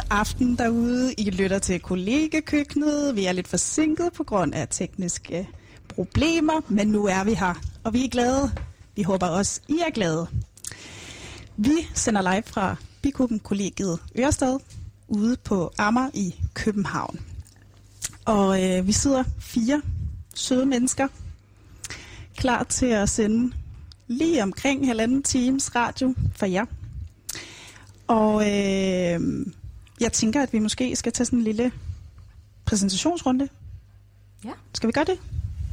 aften derude. I lytter til Kollegekøkkenet. Vi er lidt forsinket på grund af tekniske problemer, men nu er vi her, og vi er glade. Vi håber også, I er glade. Vi sender live fra Bikuben Kollegiet Ørestad ude på Amager i København. Og vi sidder 4 søde mennesker klar til at sende lige omkring 1,5 times radio for jer. Og jeg tænker, at vi måske skal tage sådan en lille præsentationsrunde. Ja. Skal vi gøre det?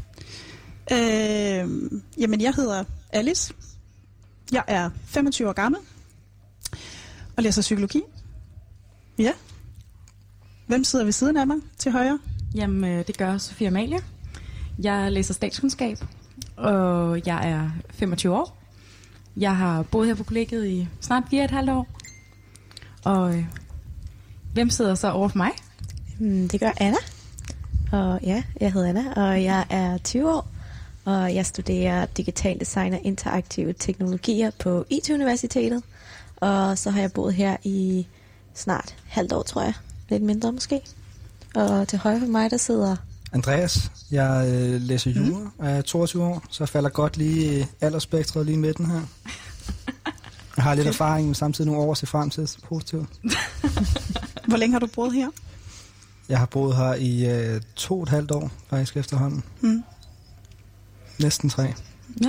Jamen, jeg hedder Alice. Jeg er 25 år gammel og læser psykologi. Ja. Hvem sidder ved siden af mig til højre? Jamen, det gør Sofie Amalie. Jeg læser statskundskab, og jeg er 25 år. Jeg har boet her på kollegiet i snart 4,5 år. Og hvem sidder så over for mig? Det gør Anna. Og ja, jeg hedder Anna, og jeg er 20 år. Og jeg studerer digital design og interaktive teknologier på IT-universitetet. Og så har jeg boet her i snart halvt år, tror jeg. Lidt mindre måske. Og til højre for mig, der sidder Andreas. Jeg læser jura og er 22 år, så jeg falder godt lige i aldersspektret lige midten her. Jeg har lidt erfaring, men samtidig nogle år at se frem til. Positivt. Hvor længe har du boet her? Jeg har boet her i 2,5 år, faktisk efterhånden. Næsten 3. Ja.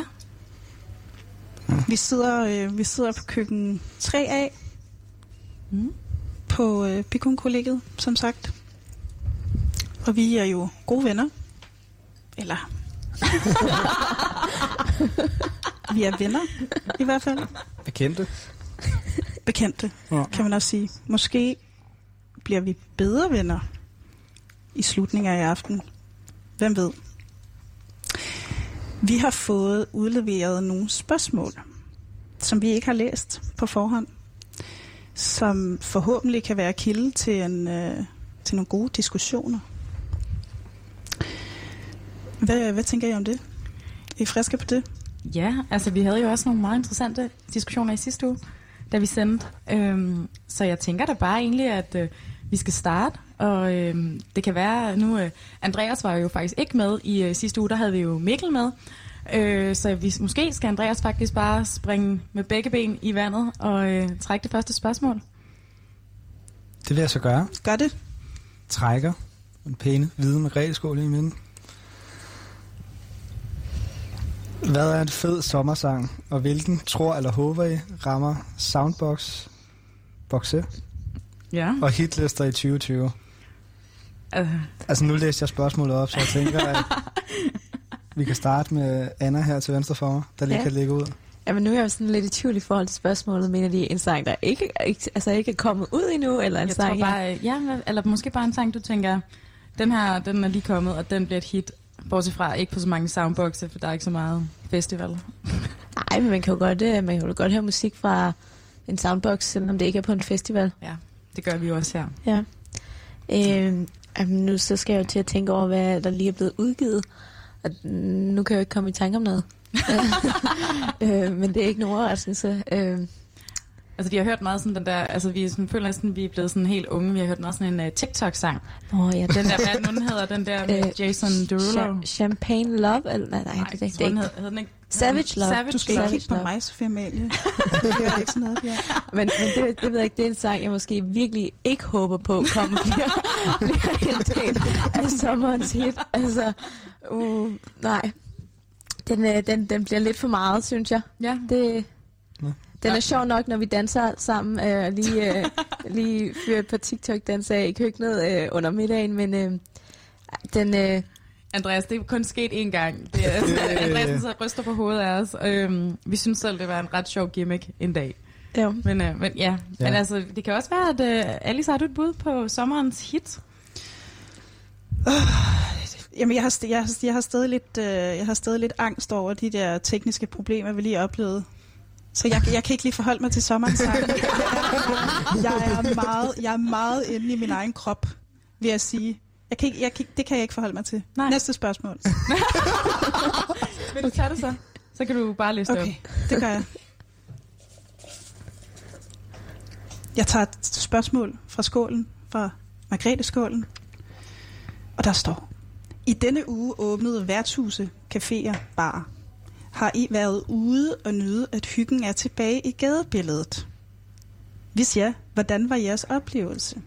Vi sidder på køkken 3A på Bikuben-kollegiet, som sagt. Og vi er jo gode venner. Eller vi er venner, i hvert fald. Bekendte, kan man også sige. Måske bliver vi bedre venner i slutningen af aften. Hvem ved? Vi har fået udleveret nogle spørgsmål, som vi ikke har læst på forhånd, som forhåbentlig kan være kilde til nogle gode diskussioner. Hvad tænker I om det? Er I friske på det? Ja, altså vi havde jo også nogle meget interessante diskussioner i sidste uge, da vi sendte. Så jeg tænker da bare egentlig, at vi skal starte. Og det kan være nu, Andreas var jo faktisk ikke med i sidste uge, der havde vi jo Mikkel med. Så måske skal Andreas faktisk bare springe med begge ben i vandet og trække det første spørgsmål. Det vil jeg så gøre. Gør det. Trækker en pæne hvide margreteskål i midten. Hvad er en fed sommersang, og hvilken tror eller håber I rammer Soundbox Boxe og hitlister i 2020? Altså nu læste jeg spørgsmålet op, så jeg tænker, at vi kan starte med Anna her til venstre for mig, der lige kan lægge ud. Jamen nu er jeg jo sådan lidt i tvivl i forhold til spørgsmålet. Mener de en sang, der ikke er kommet ud endnu, eller en sang? Jeg tror bare, eller måske bare en sang, du tænker, den er lige kommet, og den bliver et hit. Bortset fra ikke på så mange soundboxe, for der er ikke så meget festival. Nej, men man kan jo godt høre musik fra en soundbox, selvom det ikke er på en festival. Ja, det gør vi jo også her. Ja. Nu så skal jeg jo til at tænke over, hvad der lige er blevet udgivet. Og nu kan jeg jo ikke komme i tanke om noget. Men det er ikke nogen overraskelse. Altså, vi har hørt meget sådan den der, altså vi føler næsten, vi er blevet sådan helt unge. Vi har hørt meget sådan en TikTok-sang. Ja, den der, hvad den hedder, den der med Jason Derulo. Champagne Love? Eller, nej, det er ikke. Hed den ikke? Savage Love. Du skal ikke kigge på mig, Sofie Amalie. Det er ikke sådan noget, ja. Men det ved jeg ikke, det er en sang, jeg måske virkelig ikke håber på kommer bliver en del af sommerens hit. Altså, nej. Den bliver lidt for meget, synes jeg. Ja. Den er sjov nok, når vi danser sammen, lige fyrer et par TikTok-danser i køkkenet under middagen, men den... Andreas, det er kun sket én gang. Andreas så ryster på hovedet af os. Vi synes selv, det var en ret sjov gimmick en dag. Ja. Men altså, det kan også være, at Alice, har du et bud på sommerens hit? Jamen, jeg har stadig lidt angst over de der tekniske problemer, vi lige oplevede. Så jeg kan ikke lige forholde mig til sommerens sang. Jeg er meget inde i min egen krop, vil jeg sige. Det kan jeg ikke forholde mig til. Nej. Næste spørgsmål. Vil du tage det så? Så kan du bare læse det op. Okay, det gør jeg. Jeg tager et spørgsmål fra skålen, fra Margrethe-skålen. Og der står: I denne uge åbnede værtshuse, caféer, barer. Har I været ude og nyde, at hyggen er tilbage i gadebilledet? Hvis ja, hvordan var jeres oplevelse?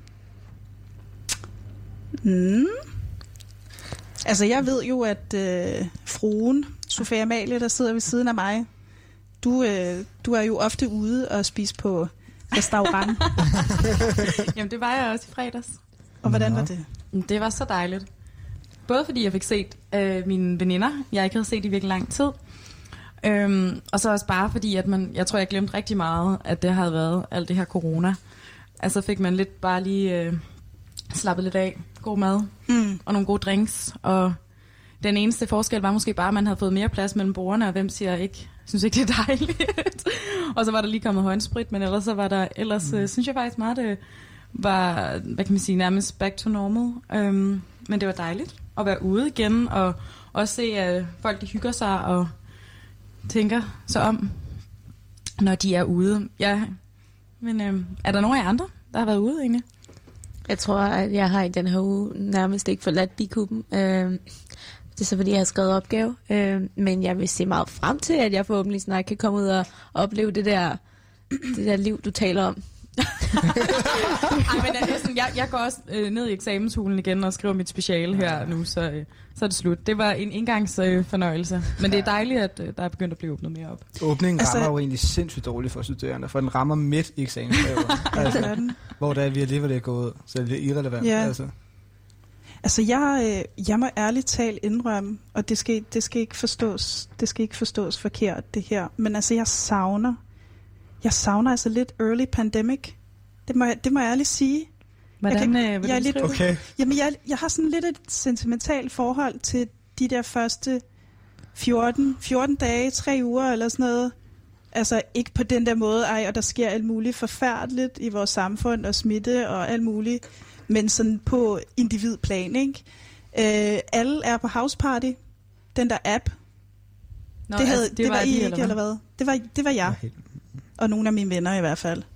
Altså, jeg ved jo, at fruen, Sofia Amalie, der sidder ved siden af mig, du er jo ofte ude og spise på restaurant. Jamen, det var jeg også i fredags. Og hvordan var det? Det var så dejligt. Både fordi jeg fik set mine veninder, jeg ikke havde set i virkelig lang tid. Og så også bare fordi, at jeg tror, jeg glemte rigtig meget, at det havde været alt det her corona. Altså fik man lidt bare lige slappet lidt af. God mad og nogle gode drinks. Og den eneste forskel var måske bare, at man havde fået mere plads mellem bordene, og hvem siger ikke, synes ikke, det er dejligt. Og så var der lige kommet håndsprit, men ellers synes jeg faktisk meget, det var, hvad kan man sige, nærmest back to normal. Men det var dejligt at være ude igen, og også se, at folk de hygger sig og tænker sig om, når de er ude. Ja, men er der nogen af jer andre, der har været ude egentlig? Jeg tror, at jeg har i den her uge nærmest ikke forladt bikuben. Det er så, fordi jeg har skrevet opgave. Men jeg vil se meget frem til, at jeg forhåbentlig snart kan komme ud og opleve det der liv, du taler om. Jeg går også ned i eksamenshulen igen og skriver mit speciale her nu, så er det slut. Det var en engangsfornøjelse, men det er dejligt, at der er begyndt at blive åbnet mere op. Åbningen rammer jo egentlig sindssygt dårligt for studerende, for den rammer midt i eksamensperioden. Altså, hvor der er vi alligevel er gået, så det er irrelevant. Ja. Altså jeg må ærligt talt indrømme, og det skal ikke forstås forkert det her, men altså jeg savner altså lidt early pandemic. Det må jeg ærligt sige. Hvordan vil du skrive? Okay. Jamen jeg har sådan lidt et sentimentalt forhold til de der første 14 dage, 3 uger eller sådan noget. Altså ikke på den der måde, og der sker alt muligt forfærdeligt i vores samfund og smitte og alt muligt, men sådan på individplan, ikke? Alle er på houseparty. Den der app. Nå, det var I ikke, eller hvad? Det var jeg. Og nogle af mine venner i hvert fald.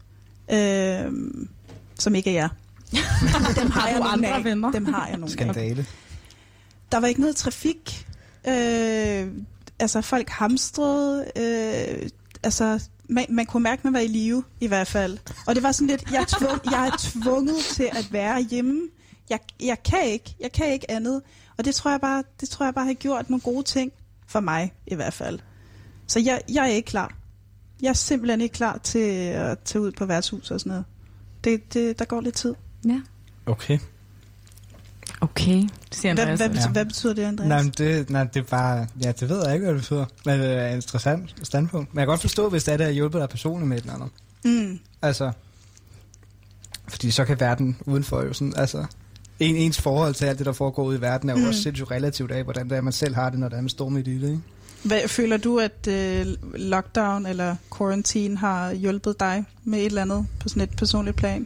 Som ikke er jer. Dem har jeg nogle af. Dem har jeg nogle Skandale. Der var ikke noget trafik. Altså folk hamstrede. Altså man kunne mærke, at man var i live i hvert fald. Og det var sådan lidt, jeg er tvunget til at være hjemme. Jeg kan ikke andet. Og det tror jeg bare har gjort nogle gode ting for mig i hvert fald. Så jeg er ikke klar. Jeg er simpelthen ikke klar til at tage ud på værtshus og sådan noget. Der går lidt tid. Ja. Okay. Okay, siger Andreas. Hvad betyder det, Andreas? Det er bare... Ja, det ved jeg ikke, hvad det betyder. Men det er et interessant standpunkt. Men jeg kan godt forstå, hvis det er, der har hjulpet dig personligt med et eller andet. Altså... Fordi så kan verden udenfor jo sådan... Altså... Ens forhold til alt det, der foregår ude i verden, er jo også sindssygt relativt af, hvordan det er, man selv har det, når der er med storm i det, ikke? Hvad føler du, at lockdown eller quarantine har hjulpet dig med et eller andet på sådan et personligt plan?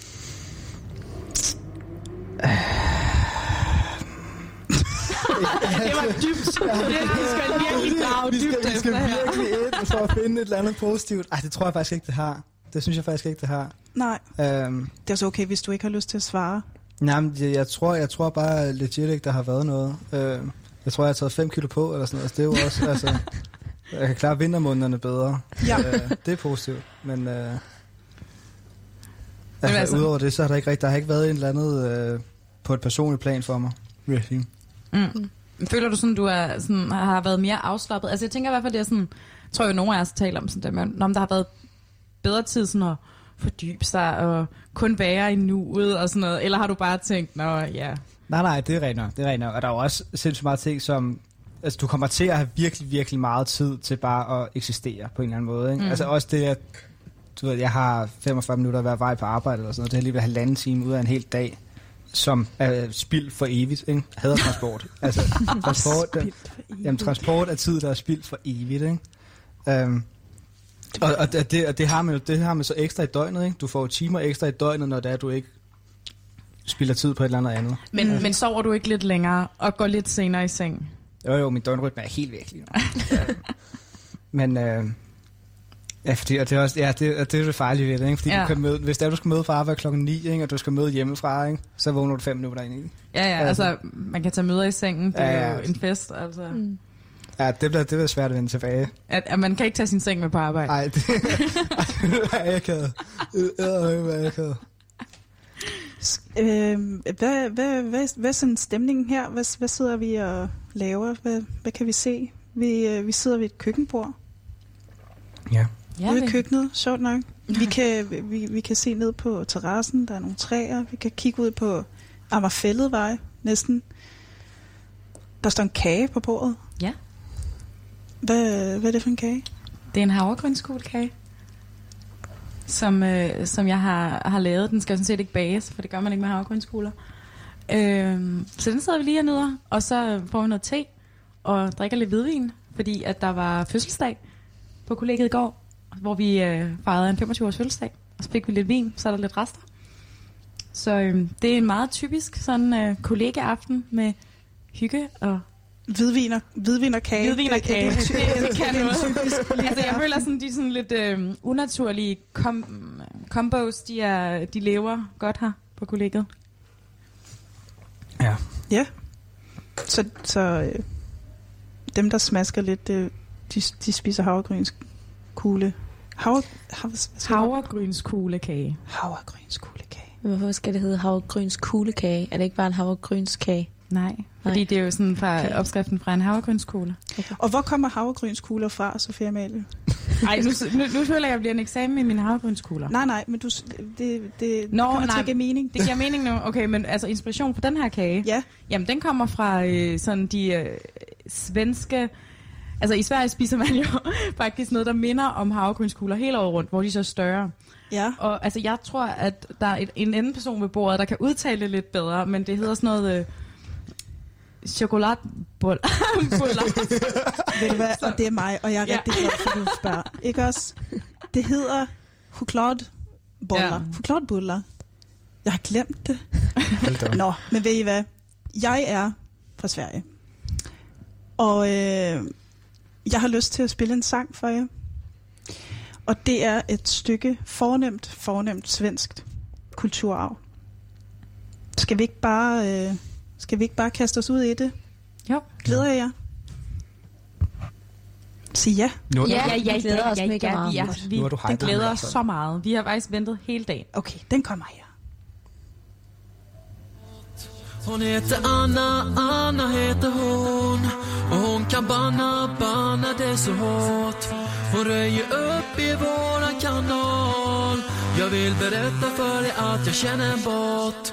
Det var dybt. Det skal virkelig grave dybt efter. Vi skal virkelig ind for at finde et eller andet positivt. Ej, det tror jeg faktisk ikke, det har. Det synes jeg faktisk ikke, det har. Nej. Det er så okay, hvis du ikke har lyst til at svare. Nej, men jeg tror bare legit ikke, der har været noget. Jeg tror, jeg har taget 5 kilo på, eller sådan noget. Altså, det er jo også, altså... Jeg kan klare vintermånederne bedre. Ja. Det er positivt, men... Altså, udover det, så har der har ikke været en eller andet på et personligt plan for mig. Really. Føler du sådan, du er, sådan, har været mere afslappet? Altså jeg tænker i hvert fald, det er sådan... Jeg tror jo, nogen af os taler om sådan der, men om der har været bedre tid sådan at fordybe sig og kun være i nuet og sådan noget. Eller har du bare tænkt, nå ja... Nej, det er rent nok. Og der er jo også sindssygt meget ting, som... Altså, du kommer til at have virkelig, virkelig meget tid til bare at eksistere på en eller anden måde, ikke? Altså også det, at du ved, jeg har 45 minutter hver vej på arbejde eller sådan noget. Det er alligevel 1,5 time ud af en hel dag, som er spild for evigt, ikke? Hader transport. Altså, transport er tid, der er spild for evigt, ikke? Og det har man så ekstra i døgnet, ikke? Du får timer ekstra i døgnet, når det er, du ikke spilder tid på et eller andet. Men sover du ikke lidt længere og går lidt senere i seng? Jo, min døgnrytme er helt væk lige nu. Men Ja, fordi, og det er også, det er det farlige ved det, ikke? Fordi du kan møde, hvis du skal møde på arbejde klokken 9, ikke, og du skal møde hjemmefra, ikke, så vågner du 5 minutter ind i. Ja, altså man kan tage møder i sengen, det er jo en fest, altså. Ja, det bliver svært at vende tilbage. At man kan ikke tage sin seng med på arbejde. Nej, det er akavet. Hvad er sådan stemningen her? Hvad sidder vi og laver? Hvad kan vi se? Vi sidder ved et køkkenbord. Ja. Ude i køkkenet, sjovt nok. Vi kan se ned på terrassen, der er nogle træer. Vi kan kigge ud på Amagerfælledvej, næsten. Der står en kage på bordet. Ja. Hvad er det for en kage? Det er en havregrynskuglekage, som jeg har lavet. Den skal sådan set ikke bages, for det gør man ikke med havregrynskugler. Så den sidder vi lige og nyder, og så får vi noget te og drikker lidt hvidvin, fordi at der var fødselsdag på kollegiet i går, hvor vi fejrede en 25-års fødselsdag, og så fik vi lidt vin, så er der lidt rester. Så det er en meget typisk sådan kollegaaften med hygge og hvidvin og kage. Hvidvin og kage. Det kan noget. Altså, jeg føler sådan, de er sådan lidt unaturlige combos, de lever godt her på kollegiet. Ja. Ja. Så dem, der smasker lidt, de spiser havregrynskugle. Havregrynskuglekage. Havregrynskuglekage. Hvorfor skal det hedde havregrynskuglekage? Er det ikke bare en havregrynskage? Nej, fordi det er jo sådan fra opskriften fra en havregrynskugle. Okay. Og hvor kommer havregrynskugler fra, Sofia Amalie? Ej, nu føler jeg, at jeg bliver en eksamen i mine havregrynskugler. Nej, men det kommer til at give mening. Det giver mening nu. Okay, men altså inspiration for den her kage, jamen den kommer fra sådan de svenske. Altså i Sverige spiser man jo faktisk noget, der minder om havregrynskugler hele året rundt, hvor de så er større. Ja. Og altså jeg tror, at der er en anden person ved bordet, der kan udtale det lidt bedre, men det hedder sådan noget chokoladeboller. Ved du hvad? Og det er mig, og jeg er rigtig glad for, at du spørger. Ikke også? Det hedder chokladboller. Ja. Chokladboller. Jeg har glemt det. Nå, men ved I hvad? Jeg er fra Sverige. Og jeg har lyst til at spille en sang for jer. Og det er et stykke fornemt svenskt kulturarv. Skal vi ikke bare kaste os ud i det? Jo. Glæder jeg jer? Sig ja. Jeg glæder os mega meget. Den glæder os så meget. Vi har faktisk ventet hele dagen. Okay, den kommer her. Hon heter Anna heter hon. Och hon kan banna det så hårt. Hon röjer upp i våran kanal. Jag vill berätta för dig att jag känner en båt.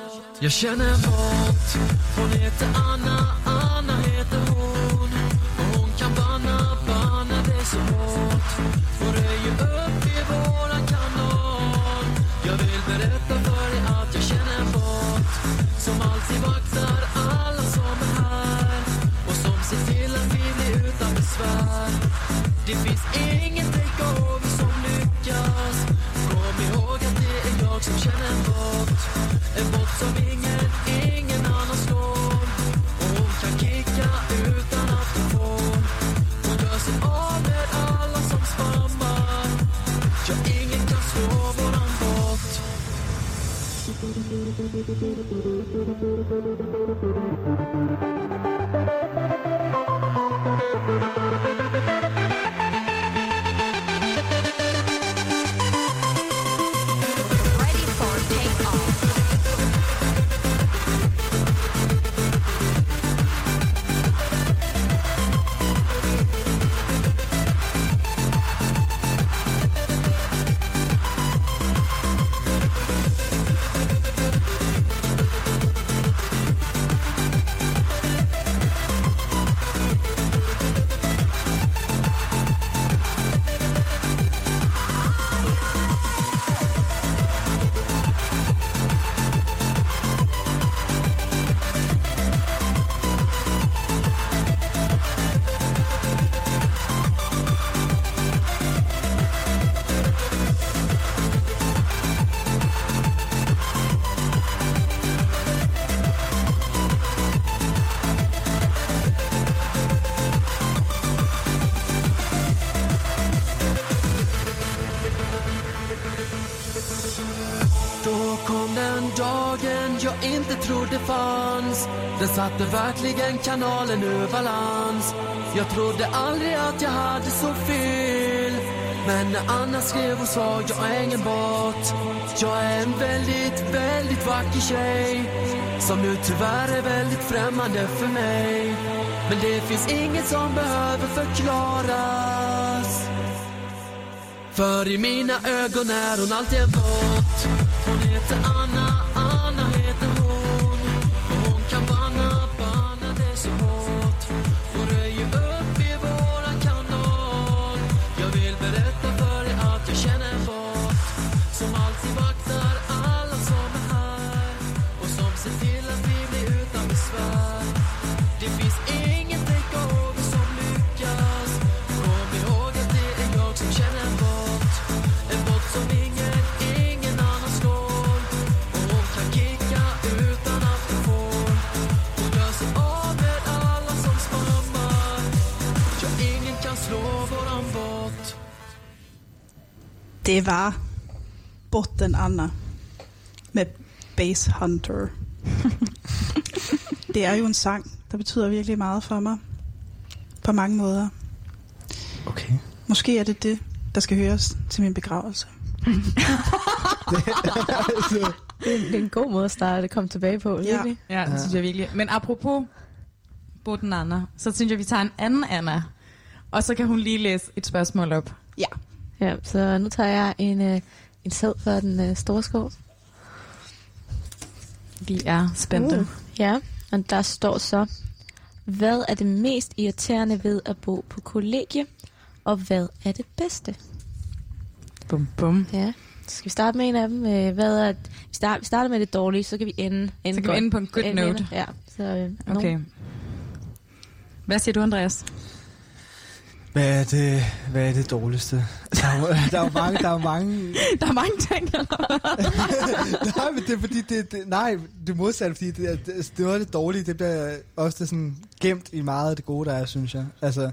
Hon heter Anna heter hon. Och hon kan banna det så hårt. Hon röjer upp i våran kanal. Jag vill berätta för dig att jag känner en båt. Som alltid vaktar alla som är här. Och som ser till att vi blir utan besvär. Det finns ingen takeover som lyckas. Kom ihåg att det är jag som känner en båt. En båt som ingen annan slår. Och hon kan kicka utan att hon får. Hon gör sig av med alla som spammar. Ja, ingen kan slå våran båt. dagen jag inte trodde fanns. Den satte verkligen kanalen ur balans. Jag trodde aldrig att jag hade så fel. Men när Anna skrev och sa jag är ingen bot. Jag är en väldigt, väldigt vacker tjej som nu tyvärr är väldigt främmande för mig. Men det finns inget som behöver förklaras. För i mina ögon är hon alltid en bot. Hon heter Anna, Anna heter hon. Och hon kan banna det så hårt. Och röjer upp i våran kanal. Jag vill berätta för er att jag känner en bot som alltid vaktar alla som är här. Och som ser till att vi blir utan besvär. Det finns inget takeover som lyckas. Kom ihåg att det är jag som känner en bot. En bot som ingen annan slår. Och hon kan kicka utan att hon får. Hon gör sig av med alla som spammar. Ja, ingen kan slå våran bot. Det var botten Anna med Base Hunter. Det er jo en sang, der betyder virkelig meget for mig. På mange måder. Okay. Måske er det, der skal høres til min begravelse. Det er en god måde at starte at komme tilbage på, virkelig. Ja, det synes jeg virkelig. Men apropos botten Anna, så synes jeg, vi tager en anden Anna. Og så kan hun lige læse et spørgsmål op. Ja. Ja, så nu tager jeg en sæd fra den store skov. Vi er spændte. Ja, og der står så: hvad er det mest irriterende ved at bo på kollegie, og hvad er det bedste? Bum, bum. Ja, så skal vi starte med en af dem. Vi starter med det dårlige, så kan vi ende på en good note. Ja, så, okay. Hvad siger du, Andreas? Hvad er det dårligste? Der er jo mange. Der er mange ting, eller nej, men det er fordi, det modsatte, fordi det var det dårlige, det bliver også sådan gemt i meget af det gode, der er, synes jeg. Altså,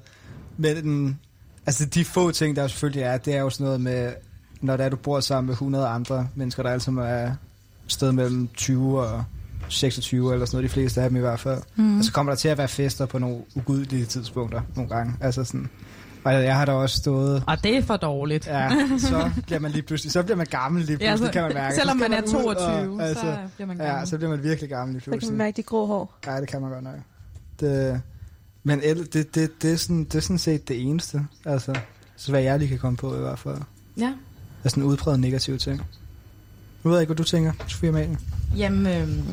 de få ting, der jo selvfølgelig er, det er jo sådan noget med, når du bor sammen med 100 andre mennesker, der alle sammen er sted mellem 20 og 26, eller sådan noget, de fleste af dem i hvert fald. Og så kommer der til at være fester på nogle ugudelige tidspunkter nogle gange. Altså sådan. Og jeg har da også stået... Og det er for dårligt. Ja, så bliver man lige pludselig... Så bliver man gammel lige pludselig, ja, kan man mærke. Selvom man er 22, så bliver man gammel. Ja, så bliver man virkelig gammel lige pludselig. Så kan man mærke de grå hår. Nej, det kan man godt nok. Men det er sådan set det eneste. Altså, så hvad jeg lige kan komme på i hvert fald. Ja. Det er sådan en udpræget negativ ting. Nu ved jeg ikke, hvad du tænker, Sofie Amalie. Jamen...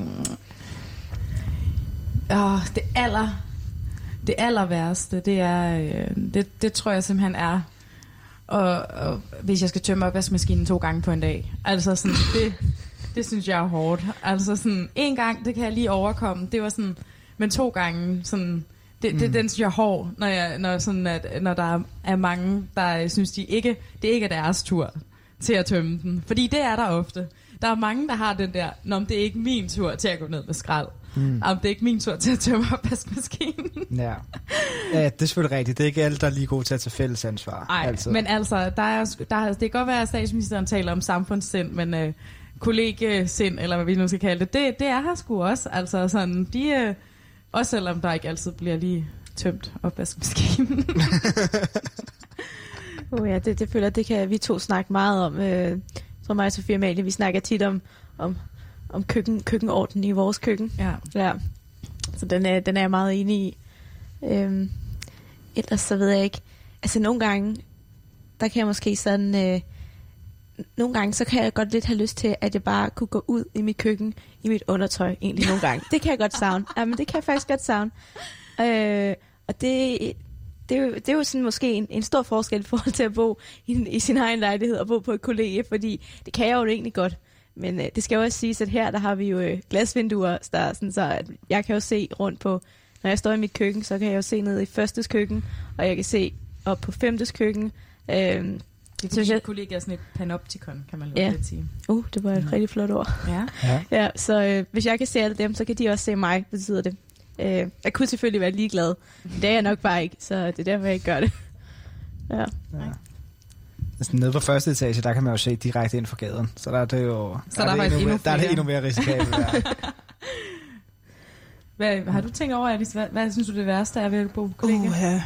Det aller værste, det er, det tror jeg simpelthen er, og hvis jeg skal tømme opvaskemaskinen 2 gange på en dag. Altså sådan, det synes jeg er hårdt. Altså sådan, 1 gang, det kan jeg lige overkomme. Det var sådan, men 2 gange, sådan, den synes jeg er hård, når der er mange, der synes, det ikke er deres tur til at tømme den. Fordi det er der ofte. Der er mange, der har den der, det er ikke min tur til at gå ned med skrald. Det er ikke min tur til at tømme opvaskemaskinen. Ja, det er selvfølgelig rigtigt. Det er ikke alle, der er lige gode til at tage fælles ansvar. Nej, men altså, det kan godt være, at statsministeren taler om samfundssind, men kollegesind, eller hvad vi nu skal kalde det er her sgu også. Altså sådan, også selvom der ikke altid bliver lige tømt opvaskemaskinen. Ja, det føler jeg, det kan vi to snakke meget om. Jeg tror mig og Sofie Amalie, vi snakker tit om køkkenorden i vores køkken. Ja. Så den er jeg meget enig i. Ellers så ved jeg ikke. Altså nogle gange, der kan jeg måske sådan... nogle gange, så kan jeg godt lidt have lyst til, at jeg bare kunne gå ud i mit køkken, i mit undertøj, egentlig nogle gange. Det kan jeg godt savne. Jamen, det kan jeg faktisk godt savne. Og det er jo sådan måske en stor forskel i forhold til at bo i sin egen lejlighed og bo på et kollegie, fordi det kan jeg jo egentlig godt. Men det skal jo også siges, at her der har vi jo glasvinduer, der sådan så at jeg kan jo se rundt på, når jeg står i mit køkken, så kan jeg jo se ned i førstes køkken, og jeg kan se op på femtes køkken. Det synes jeg kollega er sådan et panoptikon, kan man lidt sige. Det var et rigtig flot ord. Ja, så hvis jeg kan se alle dem, så kan de også se mig, betyder det. Jeg kunne selvfølgelig være ligeglad. Det er jeg nok bare ikke, så det er derfor, jeg ikke gør det. Ja. Altså, nede på første etage, der kan man jo se direkte ind for gaden. Så der er det jo... Så der er det endnu mere risikabelt der. Hvad har du tænkt over, Alice? Hvad synes du det værste er ved at bo på kollegie?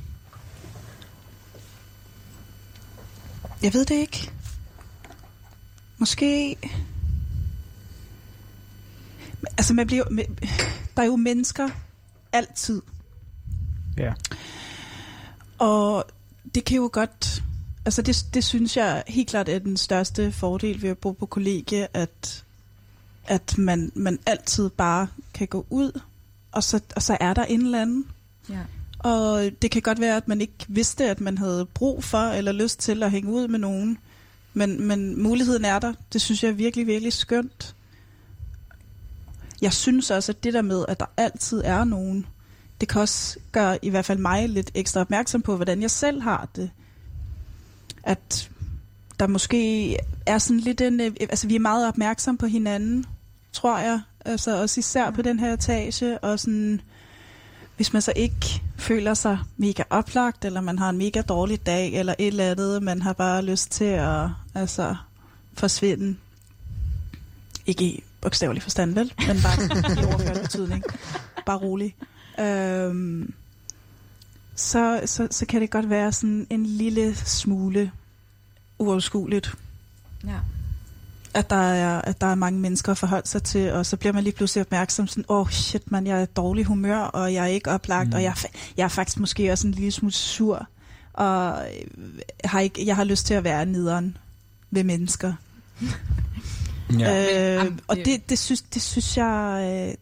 Jeg ved det ikke. Måske... Altså, der er jo mennesker altid. Ja. Og det kan jo godt... Altså, det synes jeg helt klart er den største fordel ved at bo på kollegie, at man altid bare kan gå ud, og så er der en eller anden. Ja. Og det kan godt være, at man ikke vidste, at man havde brug for eller lyst til at hænge ud med nogen. Men muligheden er der. Det synes jeg er virkelig, virkelig skønt. Jeg synes også, at det der med, at der altid er nogen, det kan også gøre i hvert fald mig lidt ekstra opmærksom på, hvordan jeg selv har det. At der måske er sådan lidt en... Altså, vi er meget opmærksom på hinanden, tror jeg. Altså, også især på den her etage. Og sådan, hvis man så ikke føler sig mega oplagt, eller man har en mega dårlig dag, eller et eller andet, man har bare lyst til at forsvinde. Ikke i bogstavelig forstand, vel? Men bare i overført betydning. Bare rolig. Så kan det godt være sådan en lille smule uoverskueligt. Ja. At der er mange mennesker at forholde sig til, og så bliver man lige pludselig opmærksom sådan, shit man, jeg er i dårlig humør, og jeg er ikke oplagt, og jeg er faktisk måske også en lille smule sur, og jeg har lyst til at være nederen ved mennesker. Ja. Og det synes jeg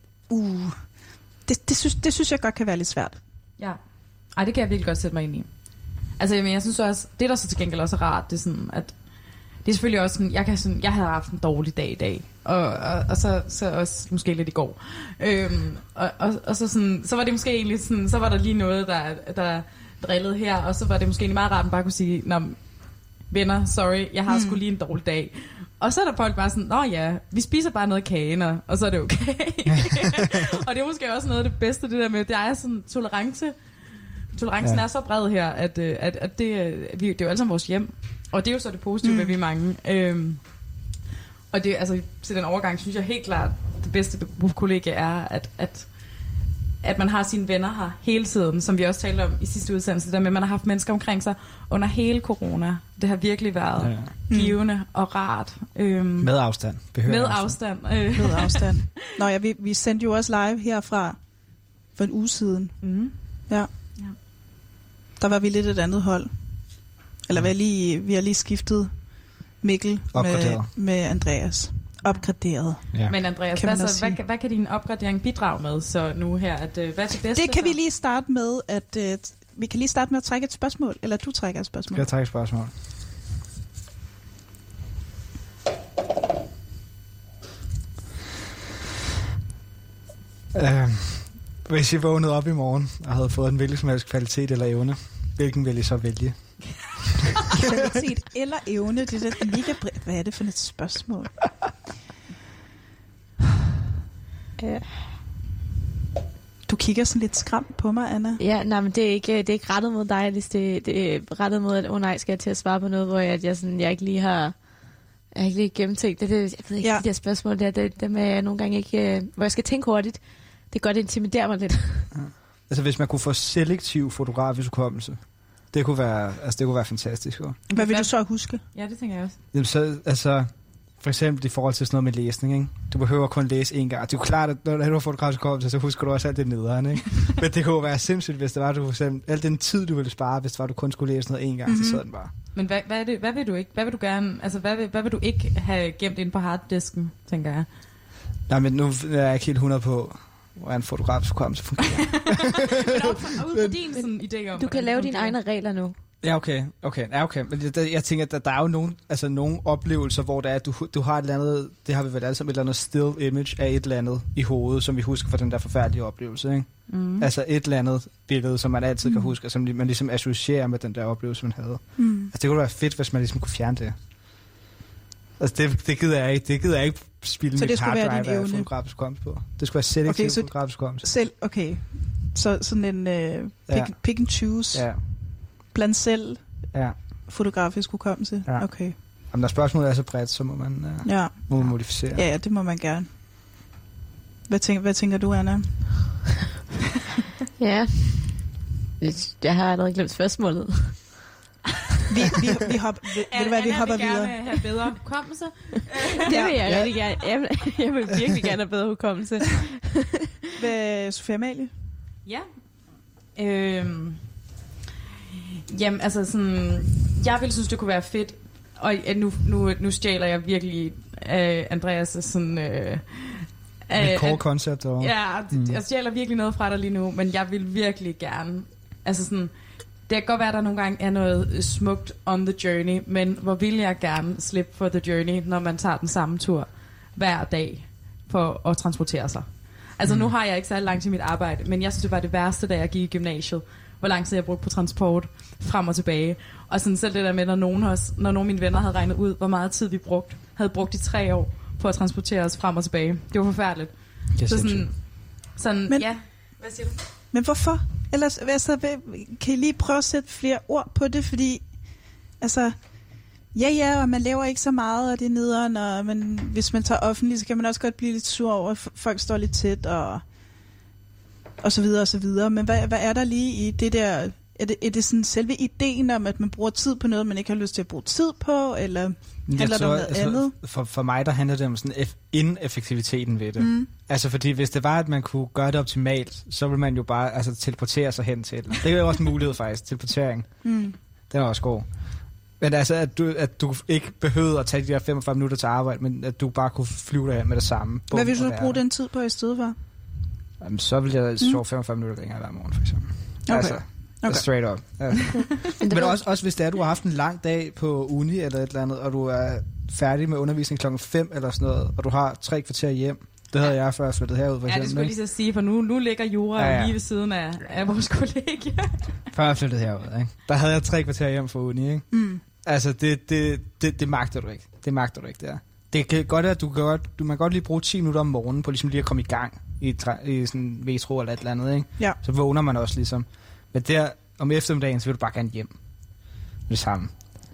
det synes jeg godt kan være lidt svært. Ja. Ej, det kan jeg virkelig godt sætte mig ind i. Altså, jeg synes også, det der så til gengæld også er rart, det er sådan, at det er selvfølgelig også sådan, jeg havde haft en dårlig dag i dag, og så også måske lidt i går. Og så var det måske egentlig sådan, så var der lige noget, der drillede her, og så var det måske egentlig meget rart, at man bare kunne sige, nå, venner, sorry, jeg har sgu lige en dårlig dag. Og så er der folk bare sådan, nå ja, vi spiser bare noget kager, og så er det okay. Og det er måske også noget af det bedste, det der med, det er sådan tolerancen er så bred her, at det er jo alle sammen vores hjem. Og det er jo så det positive ved, vi er mange. Og det, altså, til den overgang, synes jeg helt klart, det bedste på kollegie er, at man har sine venner her hele tiden, som vi også talte om i sidste udsendelse, der med, at man har haft mennesker omkring sig under hele corona. Det har virkelig været givende og rart. Med afstand. Med afstand. Med afstand. Nå ja, vi sendte jo også live herfra for en uge siden. Ja. Der var vi lidt et andet hold. Eller vi har lige skiftet Mikkel med Andreas. Opgraderet. Ja. Men Andreas, hvad kan din opgradering bidrage med så nu her? Hvad er det bedste? Det kan vi lige starte med, vi kan lige starte med at trække et spørgsmål. Eller du trækker et spørgsmål. Jeg trækker et spørgsmål. Hvis I vågnede op i morgen og havde fået en hvilken som helst kvalitet eller evne, hvilken vil I så vælge? Kvalitet eller evne, det er da mega bredt. Hvad er det for et spørgsmål? Du kigger sådan lidt skræmt på mig, Anna. Ja, nej, men det er ikke rettet mod dig, Alice. Det er rettet mod, at nej, skal jeg til at svare på noget, hvor jeg ikke lige har gennemtænkt det. Jeg ved ikke, de der spørgsmål der, dem er jeg nogle gange ikke, hvor jeg skal tænke hurtigt. Det kan godt intimidere mig lidt. Ja. Altså, hvis man kunne få selektiv fotografisk hukommelse, det kunne være fantastisk. Jo. Hvad vil du så huske? Ja, det tænker jeg også. Jamen, så, altså, for eksempel i forhold til sådan noget med læsning, ikke? Du behøver kun læse én gang. Det er jo klart, at når du har fotografisk hukommelse, så husker du også alt det nederen, ikke? Men det kunne være sindssygt, hvis det var, du for eksempel, al den tid, du ville spare, hvis det var, du kun skulle læse noget én gang, så sad den bare. Men hvad vil du ikke? Hvad vil du gerne? Altså, hvad vil du ikke have gemt ind på harddisken, tænker jeg? Nej, men nu er jeg ikke helt 100 på, hvordan fotografisk hukommelse fungerer. Men ud fra din sådan idé om... Du kan lave dine egne regler nu. Ja, okay. Men jeg tænker, at der er jo nogle oplevelser, hvor det er, at du har et eller andet, det har vi vel alle sammen, et eller andet still image af et eller andet i hovedet, som vi husker fra den der forfærdelige oplevelse, ikke? Altså et eller andet billede, som man altid kan huske, som man ligesom associerer med den der oplevelse, man havde. Altså det kunne være fedt, hvis man ligesom kunne fjerne det. Altså det gider jeg ikke. Det gider jeg ikke spille med harddrive af fotografisk hukommelse på. Det skulle være selektiv fotografisk hukommelse. Okay. Så sådan en pick and choose. Ja. Blandt selv fotografisk hukommelse? Ja. Okay. Om der spørgsmålet er så bredt, så må man modificere. Ja, det må man gerne. Hvad tænker du, Anna? Ja. Jeg har allerede glemt spørgsmålet. Vi hopper videre. Anna vil gerne have bedre hukommelse. Det vil jeg rigtig gerne. Jeg vil virkelig gerne have bedre hukommelse. Sofia Amalie? Ja. Jamen, altså sådan... Jeg ville synes, det kunne være fedt. Og nu stjæler jeg virkelig Andreas' sådan... et core concept. Ja, jeg stjæler virkelig noget fra dig lige nu, men jeg vil virkelig gerne... Altså sådan... Det kan godt være, at der nogle gange er noget smukt on the journey, men hvor vil jeg gerne slippe for the journey, når man tager den samme tur hver dag for at transportere sig. Altså nu har jeg ikke særlig langt til mit arbejde, men jeg synes, det var det værste, da jeg gik i gymnasiet. Hvor lang tid jeg brugte på transport frem og tilbage. Og sådan selv det der med, når nogle af mine venner havde regnet ud, hvor meget tid vi havde brugt i 3 år på at transportere os frem og tilbage. Det var forfærdeligt. Men, ja. Hvad siger du? Men hvorfor? Ellers, altså, kan I lige prøve at sætte flere ord på det? Fordi, altså, og man laver ikke så meget, og det er nederen, og hvis man tager offentligt, så kan man også godt blive lidt sur over, at folk står lidt tæt, og så videre, og så videre. Men hvad er der lige i det der? Er det sådan selve ideen om, at man bruger tid på noget, man ikke har lyst til at bruge tid på, eller handler det om noget andet? For mig, der handler det om sådan ineffektiviteten ved det. Altså, fordi hvis det var, at man kunne gøre det optimalt, så ville man jo bare teleportere sig hen til det. Det er jo også en mulighed, faktisk. Teleportering. Den er også god. Men altså, at du ikke behøvede at tage de der 45 minutter til arbejde, men at du bare kunne flyve derhen med det samme. Hvad vil du bruge den tid på i stedet for? Jamen, så vil jeg sove 45 minutter længere hver morgen, for eksempel. Okay. Altså, straight up. Men også hvis det er, du har haft en lang dag på uni eller et eller andet, og du er færdig med undervisning 5:00 eller sådan noget, og du har 3 kvarter hjem. Det havde jeg, før jeg flyttede herud, for eksempel. Ja, det skulle jeg lige så sige, for nu ligger Jura lige ved siden af vores kollega. Før jeg flyttede herud, ikke? Der havde jeg 3 kvarter hjem fra uni, ikke? Altså, det magter du ikke. Det magter du ikke, det er. Det kan godt være, at du kan godt lige bruge 10 minutter om morgenen på ligesom lige at komme i gang i sådan metro eller et eller andet, ikke? Ja. Så vågner man også ligesom. Men der om eftermiddagen, så vil du bare gerne hjem. Det samme.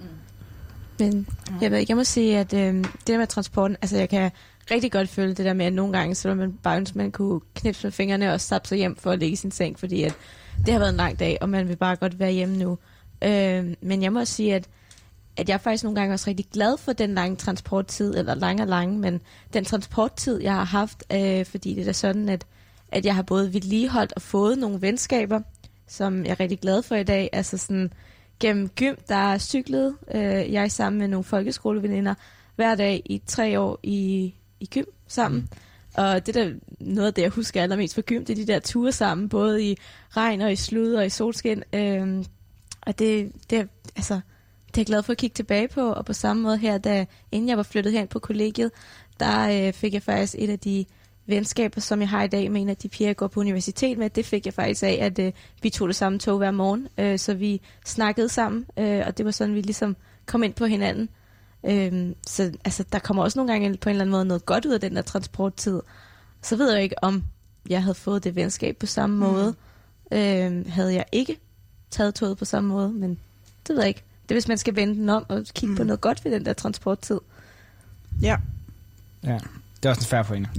Men jeg ved ikke, jeg må sige, at det der med transporten, altså jeg kan rigtig godt føle det der med, at nogle gange, så man bare ønsker, man kunne knipse med fingrene og stappe sig hjem for at ligge i sin seng, fordi at det har været en lang dag, og man vil bare godt være hjemme nu. Men jeg må sige, at jeg er faktisk nogle gange også rigtig glad for den lange transporttid, eller lang, men den transporttid, jeg har haft, fordi det er sådan, at jeg har både vedligeholdt og fået nogle venskaber, som jeg er rigtig glad for i dag. Altså sådan gennem gym, der cyklede jeg sammen med nogle folkeskoleveninder hver dag i 3 år i gym sammen. Og det der noget af det, jeg husker allermest for gym, det er de der ture sammen, både i regn og i slud og i solskin. Og det er jeg glad for at kigge tilbage på, og på samme måde her, inden jeg var flyttet hen på kollegiet, der fik jeg faktisk et af de venskaber, som jeg har i dag med en af de piger, jeg går på universitet med. Det fik jeg faktisk af, at vi tog det samme tog hver morgen, så vi snakkede sammen, og det var sådan, vi ligesom kom ind på hinanden. Så altså, der kommer også nogle gange på en eller anden måde noget godt ud af den der transporttid. Så ved jeg ikke, om jeg havde fået det venskab på samme måde. Havde jeg ikke taget toget på samme måde, men det ved jeg ikke. Det er, hvis man skal vende den om og kigge på noget godt ved den der transporttid. Ja. Ja, det er også en fair pointe.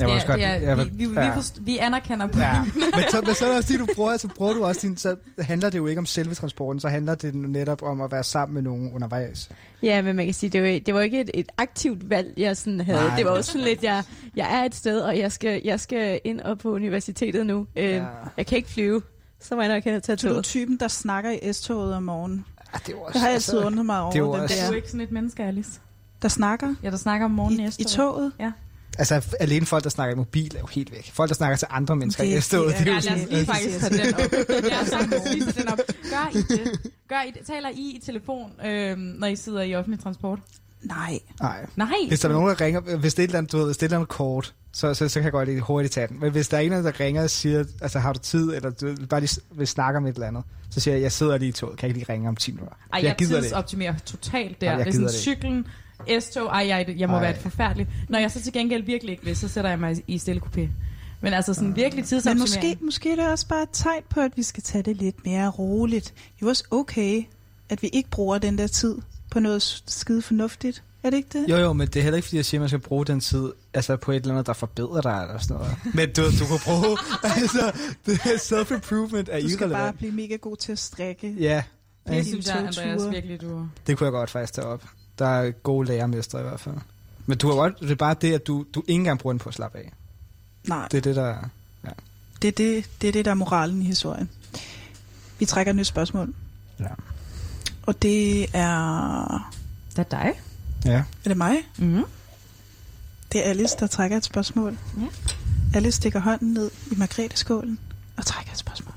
Vi anerkender på men så er det også det, du bruger. Så bruger du også så handler det jo ikke om selve transporten, så handler det netop om at være sammen med nogen undervejs. Ja, men man kan sige, det var ikke et aktivt valg, jeg sådan havde. Nej, det var også sådan lidt, jeg er et sted, og jeg skal ind op på universitetet nu. Jeg kan ikke flyve, så må jeg nok have taget toget. Så du er typen, der snakker i S-toget om morgenen? Ja, det har jeg altid undret mig over. Det er jo ikke sådan et menneske, Alice. Der snakker? Ja, der snakker om morgenen i S-toget. I toget? Ja. Altså, alene folk, der snakker i mobil, er jo helt væk. Folk, der snakker til andre mennesker i S-toget, det er jo sådan... Ja, lad os lige faktisk tage den op. Jeg sagtens lige den op. Gør I det? Taler I i telefon, når I sidder i offentlig transport? Nej. Hvis der er nogen, der ringer... Hvis det er et eller andet kort, så kan jeg godt lige hurtigt tage den. Men hvis der er en, der ringer og siger, altså har du tid, eller du bare lige vil snakke om et eller andet, så siger jeg sidder lige i toget, kan jeg ikke lige ringe om 10 minutter? Ej, jeg tidsoptimerer totalt der. Det er sådan cyklen, S-tog, jeg må være et forfærdeligt. Når jeg så til gengæld virkelig ikke vil, så sætter jeg mig i stille kupé. Men altså sådan virkelig tidsoptimering. Men måske er det også bare et tegn på, at vi skal tage det lidt mere roligt. Det er også okay, at vi ikke bruger den der tid på noget skide fornuftigt. Er det ikke det? Jo, men det er heller ikke, fordi jeg siger, at man skal bruge den tid altså på et eller andet, der forbedrer dig eller sådan noget. Men du kan bruge, altså, det er self-improvement er irrelevant. Du skal bare blive mega god til at strikke. Ja. Det synes jeg, Andreas, virkelig, du... Det kunne jeg godt faktisk tage op. Der er gode lærermestre i hvert fald. Men du har godt, det er bare det, at du ikke engang bruger den på at slappe af. Nej. Det er det, der... Ja. Det er det, der er moralen i historien. Vi trækker et nyt spørgsmål. Ja. Og det er... Det er dig. Ja. Er det mig? Mhm. Det er Alice, der trækker et spørgsmål. Ja. Alice stikker hånden ned i margreteskålen og trækker et spørgsmål.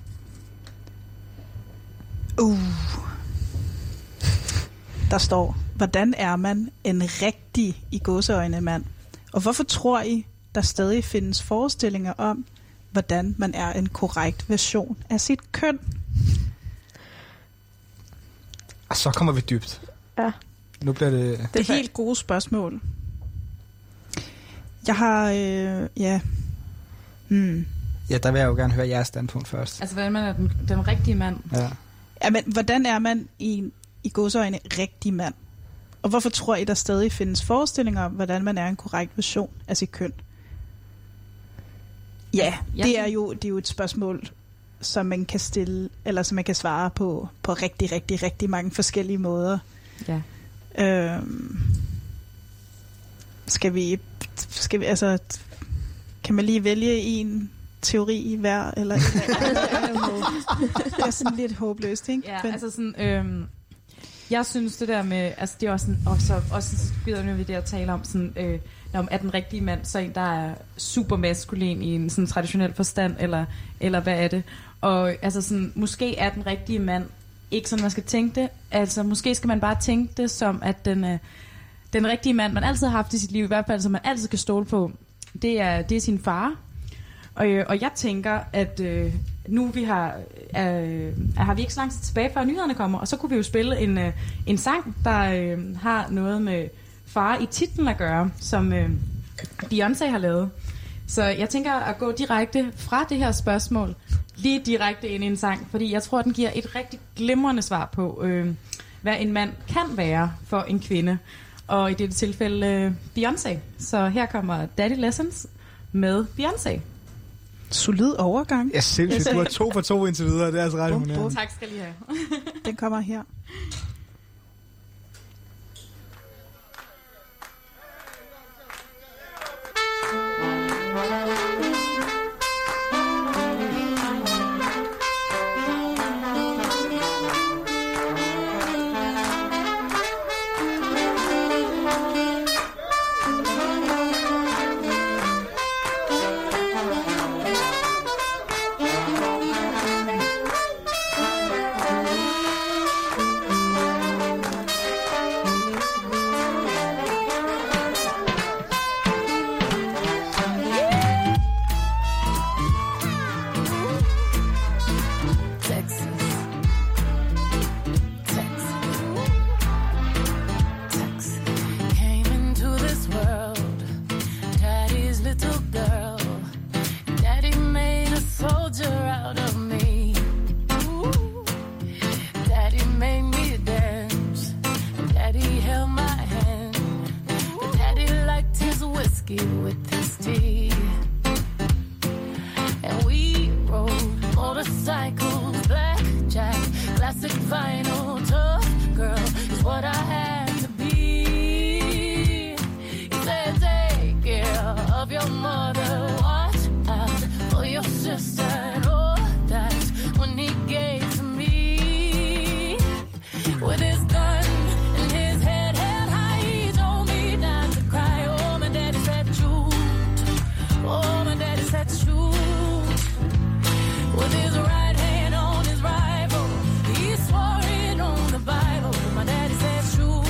Der står, hvordan er man en rigtig i gåseøjne mand? Og hvorfor tror I, der stadig findes forestillinger om, hvordan man er en korrekt version af sit køn? Og så kommer vi dybt. Ja. Nu bliver det... Det er helt gode spørgsmål. Jeg har... Ja, der vil jeg jo gerne høre jeres standpunkt først. Altså, hvordan man er den rigtige mand. Ja. Ja, men hvordan er man i gåseøjne rigtig mand? Og hvorfor tror I, der stadig findes forestillinger om, hvordan man er en korrekt version af sit køn? Ja, det er jo et spørgsmål, som man kan stille, eller som man kan svare på rigtig, rigtig, rigtig mange forskellige måder. Ja. Skal vi altså, kan man lige vælge en teori i hver, eller det er sådan lidt håbløst, ikke? Ja, altså sådan, jeg synes det der med, altså det er også sådan, også gider vi det at tale om sådan, om er den rigtige mand så en, der er super maskulin i en sådan traditionel forstand, eller hvad er det? Og altså sådan, måske er den rigtige mand ikke sådan, man skal tænke det. Altså måske skal man bare tænke det som, at den rigtige mand, man altid har haft i sit liv, i hvert fald, som man altid kan stole på, det er sin far. Og jeg tænker, at nu har vi ikke så lang tid tilbage, før nyhederne kommer, og så kunne vi jo spille en sang, der har noget med far i titlen at gøre, som Beyoncé har lavet. Så jeg tænker at gå direkte fra det her spørgsmål, lige direkte ind i en sang, fordi jeg tror, den giver et rigtig glimrende svar på, hvad en mand kan være for en kvinde. Og i dette tilfælde Beyoncé. Så her kommer Daddy Lessons med Beyoncé. Solid overgang. Ja, sindssygt. Du har 2 for 2 indtil videre. Det er altså ret imponerende. Tak skal I have. Den kommer her. He swore it on the Bible. My daddy said, shoot.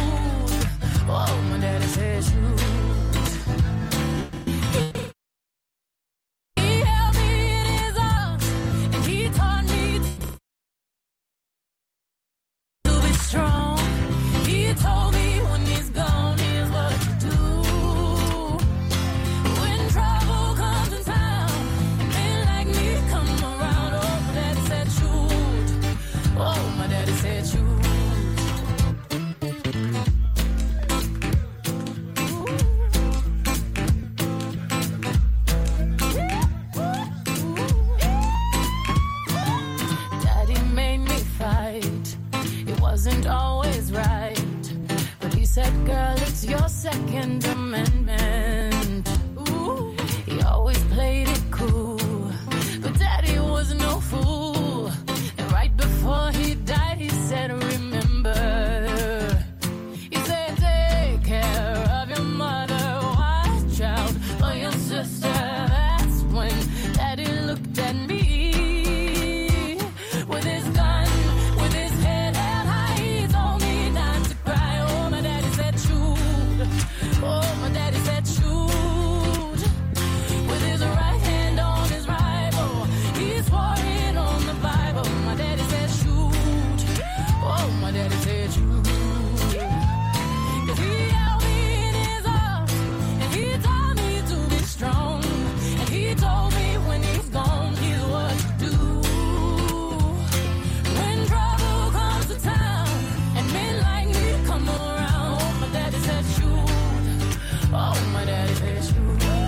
wasn't always right. But he said, girl, it's your Second Amendment. Ooh, he always played it cool. But daddy was no fool. And right before he died, he said, remember. He said, take care of your mother, watch out for your sister. That's when daddy looked at me. Oh, my daddy said shoot. With his right hand on his Bible, he swore it on the Bible. My daddy said shoot. Oh, my daddy said shoot. 'Cause he held me in his arms, and he taught me to be strong. And he told me when he's gone, here's what to do. When trouble comes to town, and men like me come around, oh, my daddy said shoot. Oh, my daddy said shoot.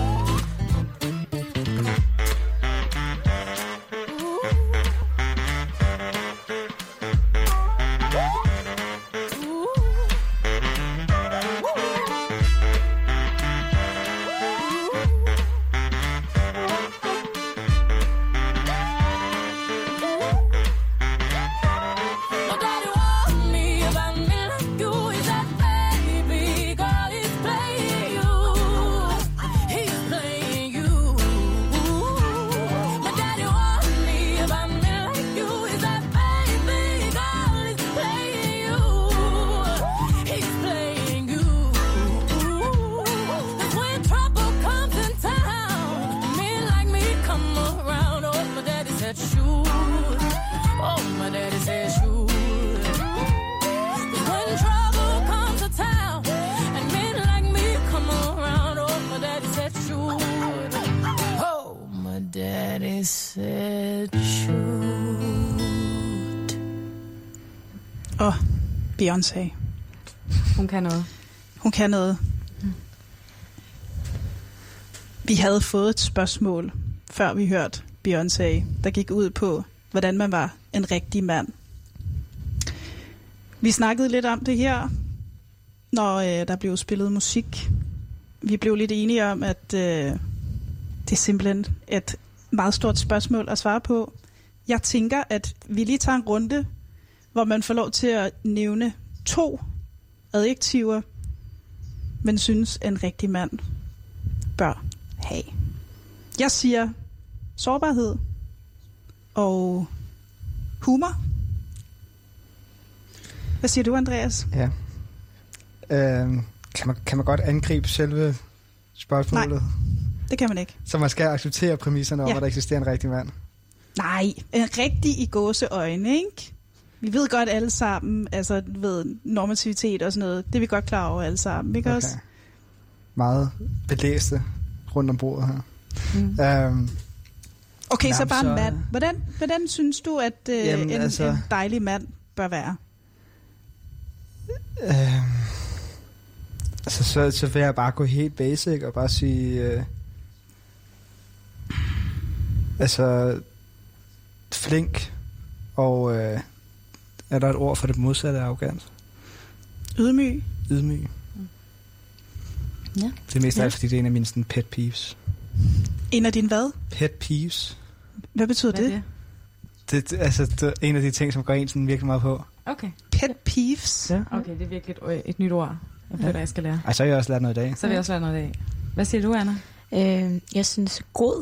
My daddy warned me about men like you. He said, baby girl, he's playing you. He's playing you. My daddy warned me about men like you. He said, baby girl, he's playing you. He's playing you. 'Cause when trouble comes in town, men like me come around. Oh, my daddy said shoot. Oh, my daddy said shoot. 'Cause when trouble comes to town, and men like me come around, oh, my daddy said shoot. Oh, my daddy said shoot. Beyoncé. Hun kan noget. Hun kan noget. Vi havde fået et spørgsmål, før vi hørte Beyoncé, der gik ud på, hvordan man var en rigtig mand. Vi snakkede lidt om det her, når der blev spillet musik. Vi blev lidt enige om, at det er simpelthen et meget stort spørgsmål at svare på. Jeg tænker, at vi lige tager en runde, hvor man får lov til at nævne 2 adjektiver, man synes, en rigtig mand bør have. Jeg siger sårbarhed og humor. Hvad siger du, Andreas? Ja. Kan man godt angribe selve spørgsmålet? Nej, det kan man ikke. Så man skal acceptere præmisserne om, at der eksisterer en rigtig mand? Nej, en rigtig i gåseøjne, ikke? Vi ved godt alle sammen, altså ved normativitet og sådan noget, det er vi godt klar over alle sammen, ikke også? Meget belæste rundt om bordet her. Okay, så bare en mand. Hvordan synes du, at en dejlig mand bør være? Så vil jeg bare gå helt basic og bare sige, flink, og er der et ord for det modsatte af arrogant? Ydmyg. Ja. Det er mest af alt, fordi det er en af mine sådan, pet peeves. En af dine hvad? Pet peeves. Hvad betyder det? Det er en af de ting, som går en sådan virkelig meget på. Okay. Pet peeves? Ja. Okay, det er virkelig et nyt ord, jeg skal lære. Ej, så har jeg også lært noget i dag. Så vil jeg også lære noget i dag. Hvad siger du, Anna? Jeg synes god.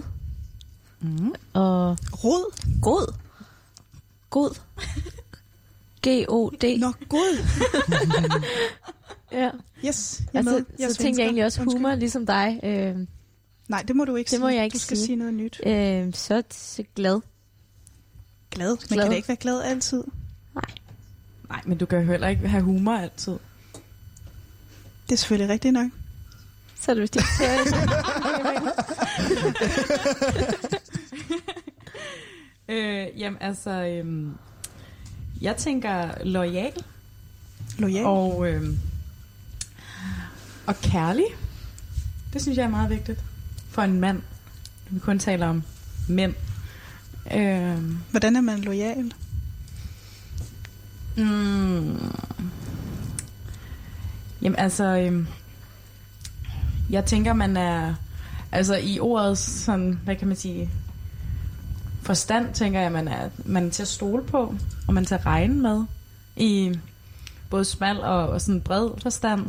Og Rod? God. G-O-D. Nå, god. Ja. Yes, Så tænkte jeg egentlig også humor, ligesom dig. Nej, det må du ikke sige. Det må jeg ikke Du skal sige noget nyt. Så glad. Glad? Man kan da ikke være glad altid. Nej, men du kan jo heller ikke have humor altid. Det er selvfølgelig rigtigt nok. Så er det vist ikke Jamen altså, jeg tænker loyal. Og kærlig. Det synes jeg er meget vigtigt for en mand. Vi kun taler om mænd. Hvordan er man loyal? Jamen altså, jeg tænker, man er, altså i ordets sådan, hvad kan man sige, forstand, tænker jeg, man er til at stole på, og man er til at regne med, i både smal og sådan bred forstand.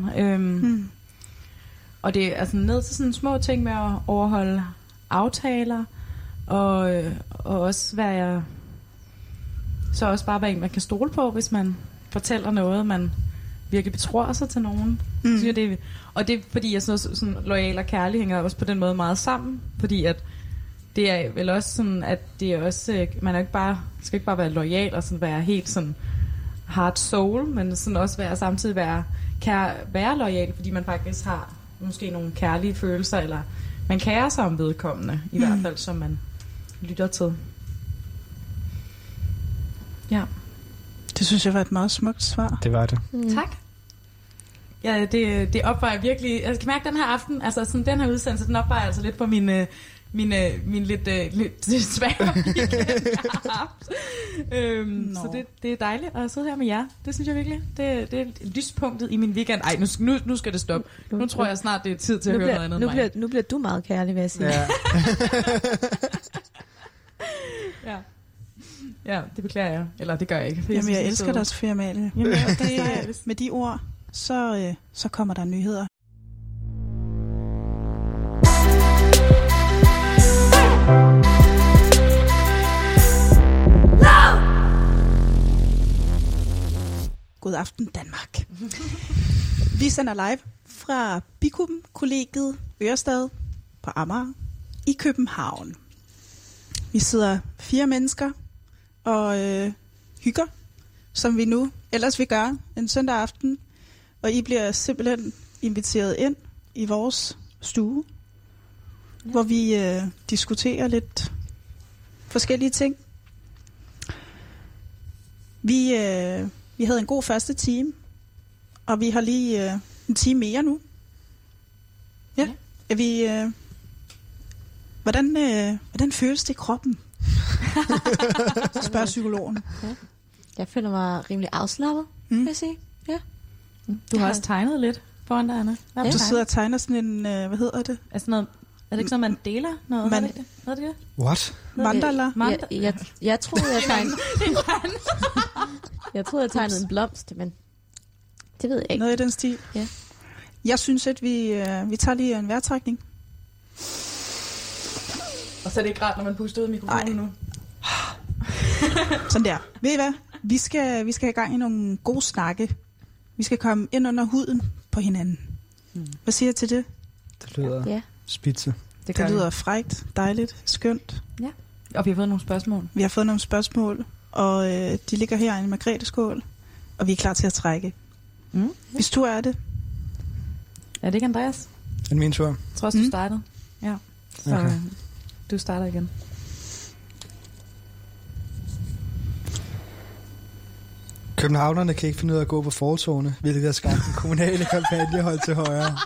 Og det er altså ned til sådan små ting med at overholde aftaler, og også være så også bare være en, man kan stole på, hvis man fortæller noget, man virkelig betror sig til nogen. Så det, og det er fordi, jeg synes sådan loyal og kærlig hænger også på den måde meget sammen, fordi at det er vel også sådan, at det er også, man er ikke bare, skal ikke bare være loyal og sådan være helt sådan hard soul, men sådan også samtidig være loyal, fordi man faktisk har måske nogle kærlige følelser, eller man kærer sig om vedkommende, i hvert fald, som man lytter til. Ja. Det synes jeg var et meget smukt svar. Det var det. Tak. Ja, det opvejer virkelig. Jeg kan mærke den her aften, altså sådan den her udsendelse, den opvejer altså lidt på min lidt svære weekend, jeg har haft. Så det er dejligt at sidde her med jer. Det synes jeg virkelig. Det er lyspunktet i min weekend. Ej, nu skal det stoppe. Nu tror jeg snart, det er tid til at høre noget andet. Nu bliver du meget kærlig, vil jeg sige. Ja. Ja, det beklager jeg. Eller det gør jeg ikke. Jamen, jeg elsker dig, Sofie Amalie. Med de ord, så kommer der nyheder. God aften, Danmark. Vi sender live fra Bikuben Kollegiet Ørestad på Amager i København. Vi sidder 4 mennesker og hygger, som vi nu ellers vil gøre en søndag aften. Og I bliver simpelthen inviteret ind i vores stue, hvor vi diskuterer lidt forskellige ting. Vi havde en god første time, og vi har lige en time mere nu. Ja. Er vi, hvordan føles det i kroppen? Spørger psykologen. Ja. Jeg føler mig rimelig afslappet, vil jeg sige. Ja. Du har også tegnet lidt foran dig, Anna. Ja. Du sidder og tegner sådan en, hvad hedder det? Altså noget, er det ikke sådan, man deler noget? Hvad er det? What? Mandala? Jeg troede, jeg tegnede... Jeg troede, jeg tegnede en blomst, men det ved jeg ikke. Noget i den stil? Ja. Jeg synes, at vi tager lige en vejrtrækning. Og så er det ikke rart, når man puster ud af mikrofonen nu. Sådan der. Ved I hvad? Vi skal have gang i nogle gode snakke. Vi skal komme ind under huden på hinanden. Hvad siger jeg til det? Det lyder spidse. Det lyder frækt, dejligt, skønt. Ja. Og vi har fået nogle spørgsmål. Og de ligger her i en margreteskål. Og vi er klar til at trække. Hvis du er det. Er det ikke Andreas? Det er min tur. Jeg tror også, du startede. Ja. Så okay. Du starter igen. Københavnerne kan ikke finde ud af at gå på fortovene, hvilket har skabt en kommunale kampagne holdt til højre.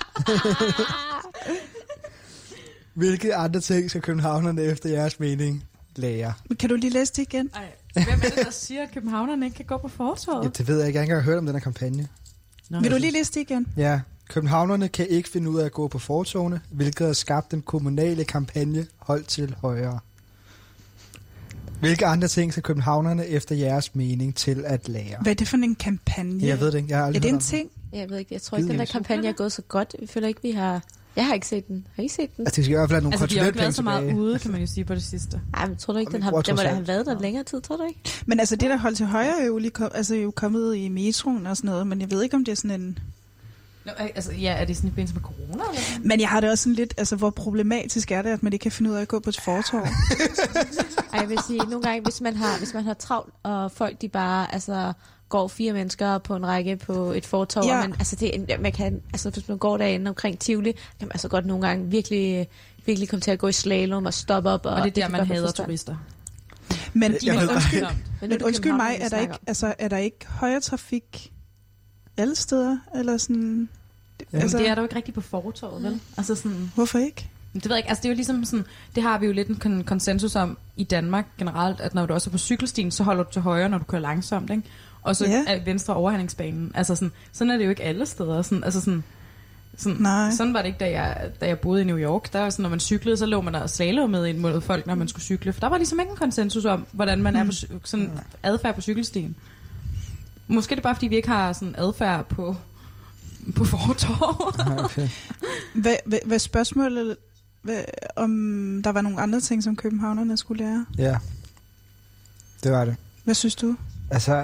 Hvilke andre ting skal københavnerne efter jeres mening lære? Kan du lige læse det igen? Ej. Hvem er det, der siger, at københavnerne ikke kan gå på fortovet? Ja, det ved jeg ikke. Jeg har ikke engang hørt om den her kampagne. Vil du lige læse det igen? Ja. Københavnerne kan ikke finde ud af at gå på fortovene, hvilket har skabt en kommunale kampagne holdt til højre. Hvilke andre ting skal københavnerne efter jeres mening til at lære? Hvad er det for en kampagne? Jeg ved det ikke. Jeg har aldrig er det en ting? Jeg ved ikke. Jeg tror ikke, den der kampagne er gået så godt. Jeg føler ikke, vi har... Jeg har ikke set den. Har I set den? Altså, det skal i hvert fald have nogle konsulentpenge tilbage. Altså, de har jo ikke været så meget ude, kan man jo sige på det sidste. Nej, men tror du ikke, den må da have været der længere tid, tror du ikke? Men altså, det der holdt til højre er jo lige jo kommet i metroen og sådan noget, men jeg ved ikke, om det er sådan en... Altså, ja, er det sådan i forbindelse med corona? Eller? Men jeg har det også sådan lidt, altså, hvor problematisk er det, at man ikke kan finde ud af at gå på et fortov? Ej, jeg vil sige, nogle gange, hvis man har travlt, og folk de bare, altså, går 4 mennesker på en række på et fortov, og man, altså, man kan, altså, hvis man går derinde omkring Tivoli, kan man altså godt nogle gange virkelig komme til at gå i slalom og stoppe op. Og det er der, man hader turister. Men undskyld mig, er der ikke højere trafik alle steder, eller sådan... Altså, det er der jo ikke rigtigt på fortovet, vel? Altså sådan... Hvorfor ikke? Det ved jeg ikke. Altså, det er jo ligesom sådan... Det har vi jo lidt en konsensus om i Danmark generelt, at når du også er på cykelstien, så holder du til højre, når du kører langsomt, ikke? og så er venstre overhændingsbanen. Altså sådan er det jo ikke alle steder. Sådan var det ikke, da jeg boede i New York. Der var sådan, når man cyklede, så lå man der og slalomede ind mod folk, når man skulle cykle. For der var ligesom ikke en konsensus om, hvordan man er på sådan adfærd på cykelstien. Måske er det bare, fordi vi ikke har sådan adfærd på fortorv. Okay. Hvad spørgsmålet, om der var nogle andre ting, som københavnerne skulle lære? Ja, det var det. Hvad synes du? Altså,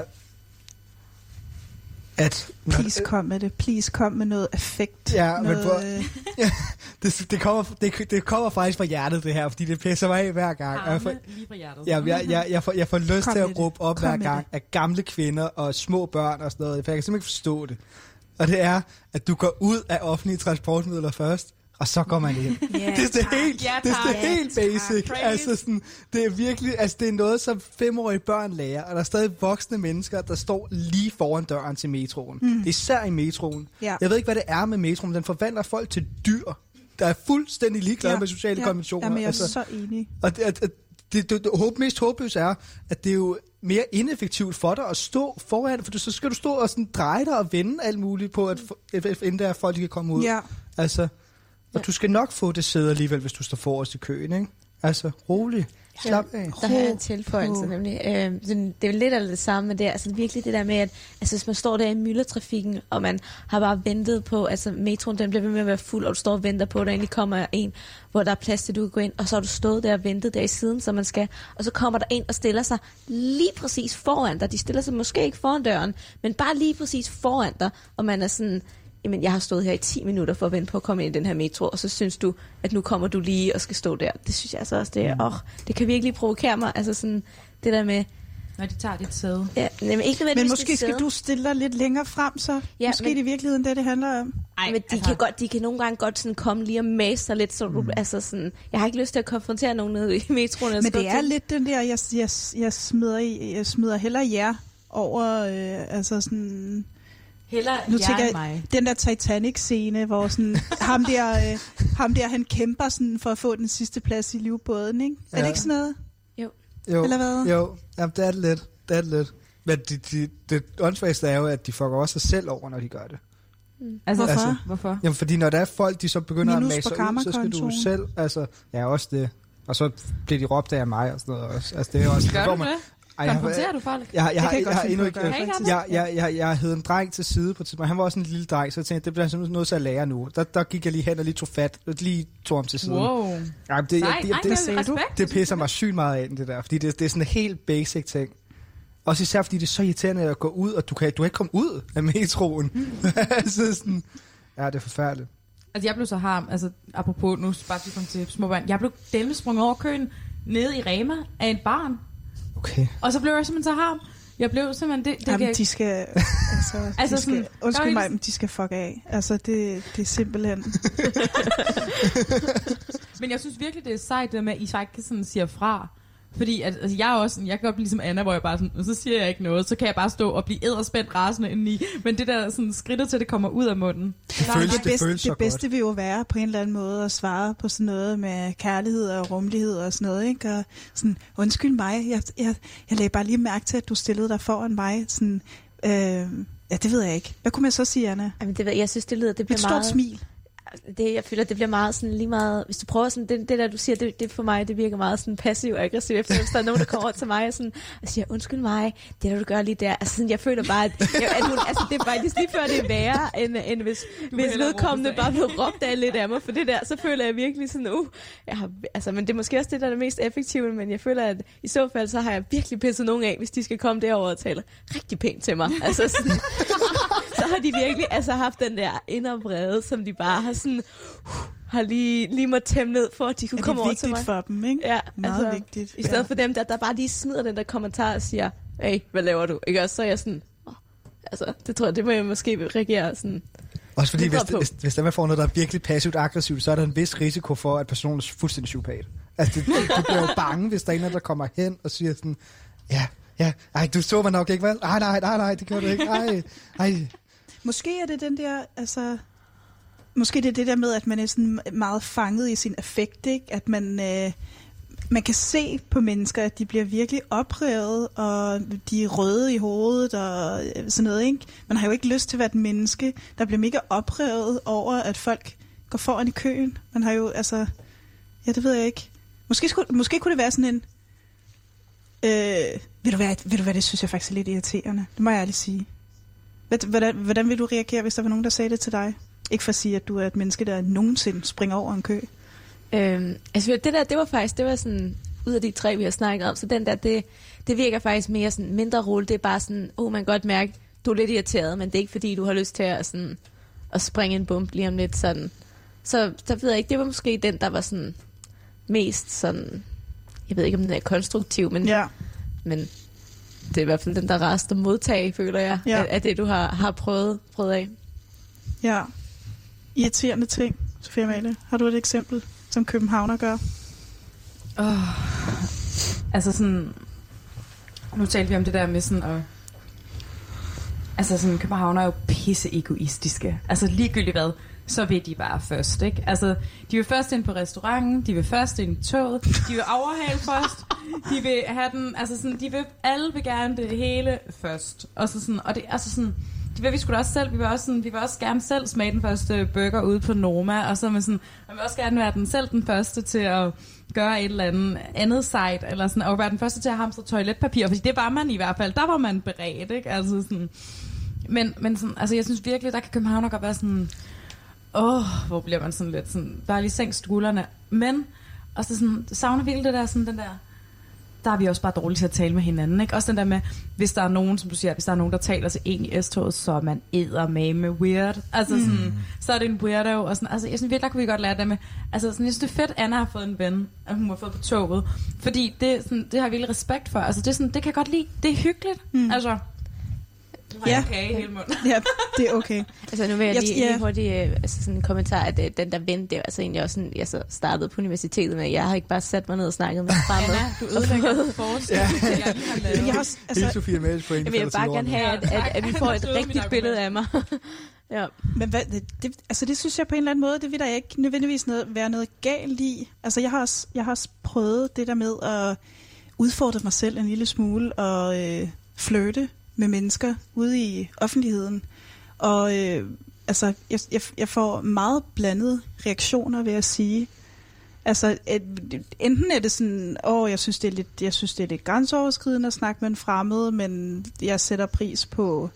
Please kom med det. Please kom med noget affekt. Ja, noget, det kommer faktisk fra hjertet, det her, fordi det pisser mig af hver gang. Lige fra hjertet. Jeg får lyst til at råbe op hver gang af gamle kvinder og små børn og sådan noget, for jeg kan simpelthen ikke forstå det. Og det er, at du går ud af offentlige transportmidler først, og så går man ind. Det er helt basic. Altså sådan, det er virkelig, altså det er noget, som 5-årige børn lærer, og der er stadig voksne mennesker, der står lige foran døren til metroen. Det er især i metroen. Jeg ved ikke, hvad det er med metroen, den forvandler folk til dyr, der er fuldstændig ligeglade med sociale konventioner. Jamen, jeg er så enig. Og det mest håbløse er, at det er jo mere ineffektivt for dig at stå foran, for så skal du stå og sådan dreje dig og vende alt muligt på, at inden der folk kan komme ud. Ja. Altså, og du skal nok få det sæde alligevel, hvis du står forrest i køen, ikke? Altså, rolig. Slap af. Der har jeg en tilføjelse, nemlig. Det er jo lidt af det samme med det. Altså virkelig det der med, at altså, hvis man står der i myldretrafikken, og man har bare ventet på, altså metroen, den bliver ved med at være fuld, og du står og venter på, at der egentlig kommer en, hvor der er plads til, du kan gå ind, og så har du stået der og ventet der i siden, som man skal, og så kommer der en og stiller sig lige præcis foran dig. De stiller sig måske ikke foran døren, men bare lige præcis foran dig, og man er sådan, jamen jeg har stået her i 10 minutter for at vente på at komme ind i den her metro, og så synes du, at nu kommer du lige og skal stå der. Det synes jeg altså også, det kan virkelig provokere mig, altså sådan det der med... Når de tager dit sæde. Ja, men måske skal du stille dig lidt længere frem, så måske det i virkeligheden det handler om. Ej, men de kan nogle gange godt sådan komme lige og mase sig lidt, så du, altså sådan, jeg har ikke lyst til at konfrontere nogen nede i metroen. Men det er lidt den der, jeg smider hellere jer over, altså sådan... Nu tænker jeg mig. Den der Titanic-scene, hvor sådan, ham der, han kæmper sådan for at få den sidste plads i livbåden, ikke? Ja. Er det ikke sådan noget? Jo. Eller hvad? Jo, ja, det er det lidt. Men det åndssvageste er jo, at de fucker også sig selv over, når de gør det. Altså, hvorfor? Jamen, fordi når der er folk, de så begynder at mase ud, så skal du selv, altså, ja, også det. Og så bliver de råbt af mig og sådan noget også. Altså, det er også, gør du det? Konfronterer du folk? Jeg havde en dreng til side på tidspunkt. Han var også en lille dreng, så jeg tænkte, det bliver simpelthen noget til at lære nu. Der gik jeg lige hen og lige tog fat, lige tog ham til siden. Wow. Ja, det pisser mig sygt meget af det der, fordi det er sådan en helt basic ting. Også især fordi det er så irriterende at gå ud, og du kan ikke komme ud af metroen. Altså sådan, ja, det er forfærdeligt. Altså jeg blev så harm, altså apropos nu bare til små børn. Jeg blev delvis sprunget over køen nede i Rema af et barn. Okay. Og så blev jeg simpelthen så harm. Jeg blev simpelthen... Jamen, de skal... undskyld mig, men de skal fuck af. Altså, det er simpelthen... Men jeg synes virkelig, det er sejt, det med, at I faktisk sådan siger fra. Fordi altså, jeg kan godt blive ligesom Anna, hvor jeg bare sådan, og så siger jeg ikke noget, så kan jeg bare stå og blive edderspændt rasende indeni. Men det der sådan skridtet til, det kommer ud af munden. Det bedste vil jo være på en eller anden måde at svare på sådan noget med kærlighed og rummelighed og sådan noget, ikke? Og sådan, undskyld mig, jeg lagde bare lige mærke til, at du stillede dig foran mig. Sådan, ja, det ved jeg ikke. Hvad kunne man så sige, Anna? Jamen, jeg synes, det bliver et stort smil. Jeg føler, det bliver meget sådan lige meget... Hvis du prøver sådan... Det der, du siger, det for mig, det virker meget sådan passiv-aggressiv. Efter hvis der er nogen, der kommer til mig og siger, undskyld mig, det der, du gør lige der. Altså sådan, jeg føler bare, at hun, altså, det er faktisk lige før, det er værre, end hvis vedkommende bare blev råbt af lidt af mig. For det der, så føler jeg virkelig sådan, men det er måske også det, der er det mest effektive, men jeg føler, at i så fald, så har jeg virkelig pisset nogen af, hvis de skal komme derover og tale rigtig pænt til mig. Altså sådan... Så har de virkelig haft den der indre vrede, som de bare har sådan, har lige måtte tæmme ned for, at de kunne komme over til mig. Det er vigtigt for dem, ikke? Ja, meget vigtigt. I stedet for dem, der bare lige smider den der kommentar og siger, hey, hvad laver du? Ikke? Og så er jeg sådan, det tror jeg, det må jeg måske reagere sådan. Også fordi, hvis der får noget, der er virkelig passivt aggressivt, så er der en vis risiko for, at personen er fuldstændig psykopat. Altså, du bliver jo bange, hvis der er en, der kommer hen og siger sådan, ja, ej, du så mig nok ikke, vel? Nej, det gjorde du ikke. Ej. Måske er det den der, altså... Måske det er det der med, at man er sådan meget fanget i sin affekt, ikke? At man... man kan se på mennesker, at de bliver virkelig oprevet, og de er røde i hovedet og sådan noget, ikke? Man har jo ikke lyst til at være et menneske, der bliver mega oprevet over, at folk går foran i køen. Man har jo, altså... Ja, det ved jeg ikke. Måske kunne det være sådan en... Ved du hvad, det synes jeg faktisk er lidt irriterende. Det må jeg ærligt sige. Hvordan vil du reagere, hvis der var nogen, der sagde det til dig? Ikke for at sige, at du er et menneske, der nogensinde springer over en kø. Altså det var sådan, ud af de 3, vi har snakket om, så den der, det virker faktisk mere sådan mindre roligt. Det er bare sådan, man kan godt mærke, du er lidt irriteret, men det er ikke fordi, du har lyst til at springe en bump lige om lidt sådan. Så der ved jeg ikke, det var måske den, der var sådan mest sådan, jeg ved ikke, om den er konstruktiv, men, men det er i hvert fald den, der er rest at modtage, føler jeg, af det, du har prøvet af. Ja. Irriterende ting, Sofia Amalie. Har du et eksempel, som københavner gør? Altså sådan, nu talte vi om det der med sådan at... Altså sådan, københavner er jo pisse egoistiske. Altså ligegyldigt hvad, så vil de bare først, ikke? Altså, de vil først ind på restauranten, de vil først ind i toget, de vil overhale først, de vil have den, altså sådan, alle vil gerne det hele først. Og så sådan, og det altså sådan, det vil vi sgu da også selv, vi vil også gerne selv smage den første burger ude på Noma, og så med sådan, man vil også gerne være selv den første til at gøre et eller andet site, eller sådan, og være den første til at hamstre toiletpapir, fordi det var man i hvert fald, der var man beredt, ikke? Altså sådan, men sådan, altså jeg synes virkelig, der kan københavner godt være sådan, hvor bliver man sådan lidt sådan, bare lige sænk skuldrene, men også sådan, savner virkelig det der, sådan den der er vi også bare dårlige til at tale med hinanden, ikke? Også den der med, hvis der er nogen, som du siger, hvis der er nogen, der taler til en i S-toget, så er man eddermame weird. Altså sådan, så er det en weirdo, og sådan, altså jeg synes virkelig, der kunne vi godt lære det med, altså sådan, jeg synes det er fedt, Anna har fået en ven, at hun har fået på toget, fordi det, sådan, det har jeg virkelig respekt for, altså det er sådan, det kan jeg godt lide, det er hyggeligt, altså. Ja, okay, hele munden. Ja, det er okay. Altså nu vil jeg lige hurtigt altså sådan en kommentar, at den der ven, det er altså egentlig også sådan, jeg så startede på universitetet med, jeg har ikke bare sat mig ned og snakket med fremmede. Anna, du ødelægger forskning, jeg lige har lavet. Jeg også, altså, Sofia Amalie på en. Jeg vil bare gerne have, at vi får et rigtigt billede af mig. Ja. Men det synes jeg på en eller anden måde, det vil der ikke nødvendigvis være noget galt i. Altså jeg har også prøvet det der med at udfordre mig selv en lille smule og flirte med mennesker ude i offentligheden. Og altså, jeg får meget blandede reaktioner, vil jeg sige. Altså, enten er det sådan, jeg synes det er lidt grænseoverskridende at snakke med en fremmed, men jeg sætter pris på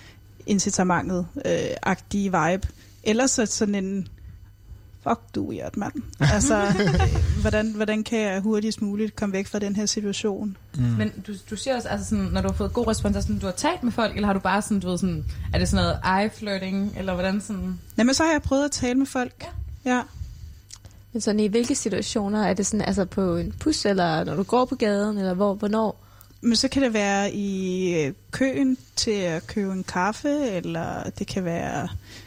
incitamentet-agtige vibe. Ellers så sådan en, fuck du weird, mand. Altså, hvordan kan jeg hurtigst muligt komme væk fra den her situation? Men du siger også, altså sådan, når du har fået god respons, altså sådan, du har talt med folk, eller har du bare sådan, du ved sådan, er det sådan noget eye-flirting, eller hvordan sådan? Jamen, så har jeg prøvet at tale med folk. Ja. Men sådan i hvilke situationer er det sådan, altså på en bus, eller når du går på gaden, eller hvornår? Men så kan det være i køen til at købe en kaffe, eller det kan være...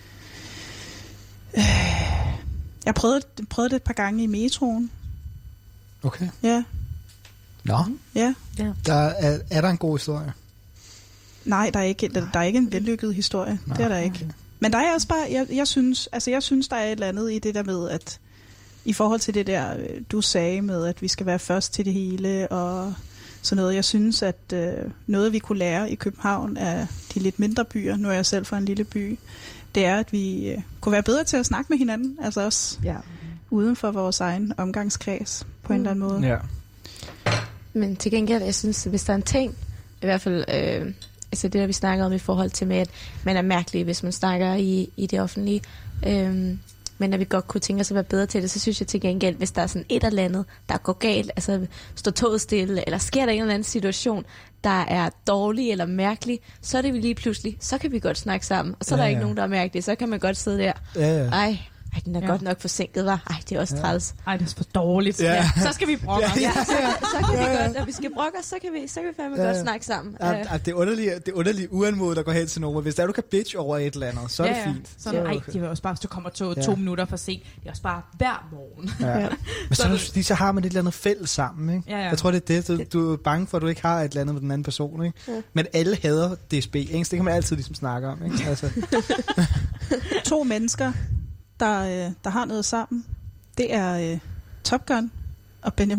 Jeg prøvede det et par gange i metroen. Okay. Ja. Nå. Ja. Er der en god historie? Nej, der er ikke en vellykket historie. Nå, det er der ikke. Okay. Men der er også bare, jeg synes, der er et eller andet i det der med, at i forhold til det der, du sagde med, at vi skal være først til det hele, og sådan noget. Jeg synes, at noget, vi kunne lære i København af de lidt mindre byer, nu er jeg selv fra en lille by, det er, at vi kunne være bedre til at snakke med hinanden, altså også uden for vores egen omgangskreds, på en eller anden måde. Ja. Men til gengæld, jeg synes, hvis der er en ting, i hvert fald, altså det der vi snakker om i forhold til med, at man er mærkelig, hvis man snakker i det offentlige, men at vi godt kunne tænke os at være bedre til det, så synes jeg til gengæld, hvis der er sådan et eller andet, der går galt, altså står toget stille, eller sker der en eller anden situation, der er dårlig eller mærkelig, så er det vi lige pludselig, så kan vi godt snakke sammen, og så er der ikke nogen, der er mærkelige, så kan man godt sidde der. Ej, den er godt nok forsinket, var. Ej, det er også træls. Ej, det er for dårligt. Ja. Så skal vi brokke os. Så kan vi godt, når vi skal brokke os, så kan vi fandme godt snakke sammen. Det er underligt uanmodet at gå hen til nogen. Hvis der du kan bitch over et eller andet, så er det fint. Så ej, det er også bare, hvis du kommer 2 minutter for sent. Det er også bare hver morgen. Ja. Men så har man et eller andet fælles sammen, ikke? Ja. Jeg tror, det er det. Du er bange for, at du ikke har et eller andet med den anden person, ikke? Ja. Men alle hader DSB, ikke? Det kan man altid ligesom snakke om, ikke? Altså. 2 mennesker, der har noget sammen, det er Top Gun og Benjamin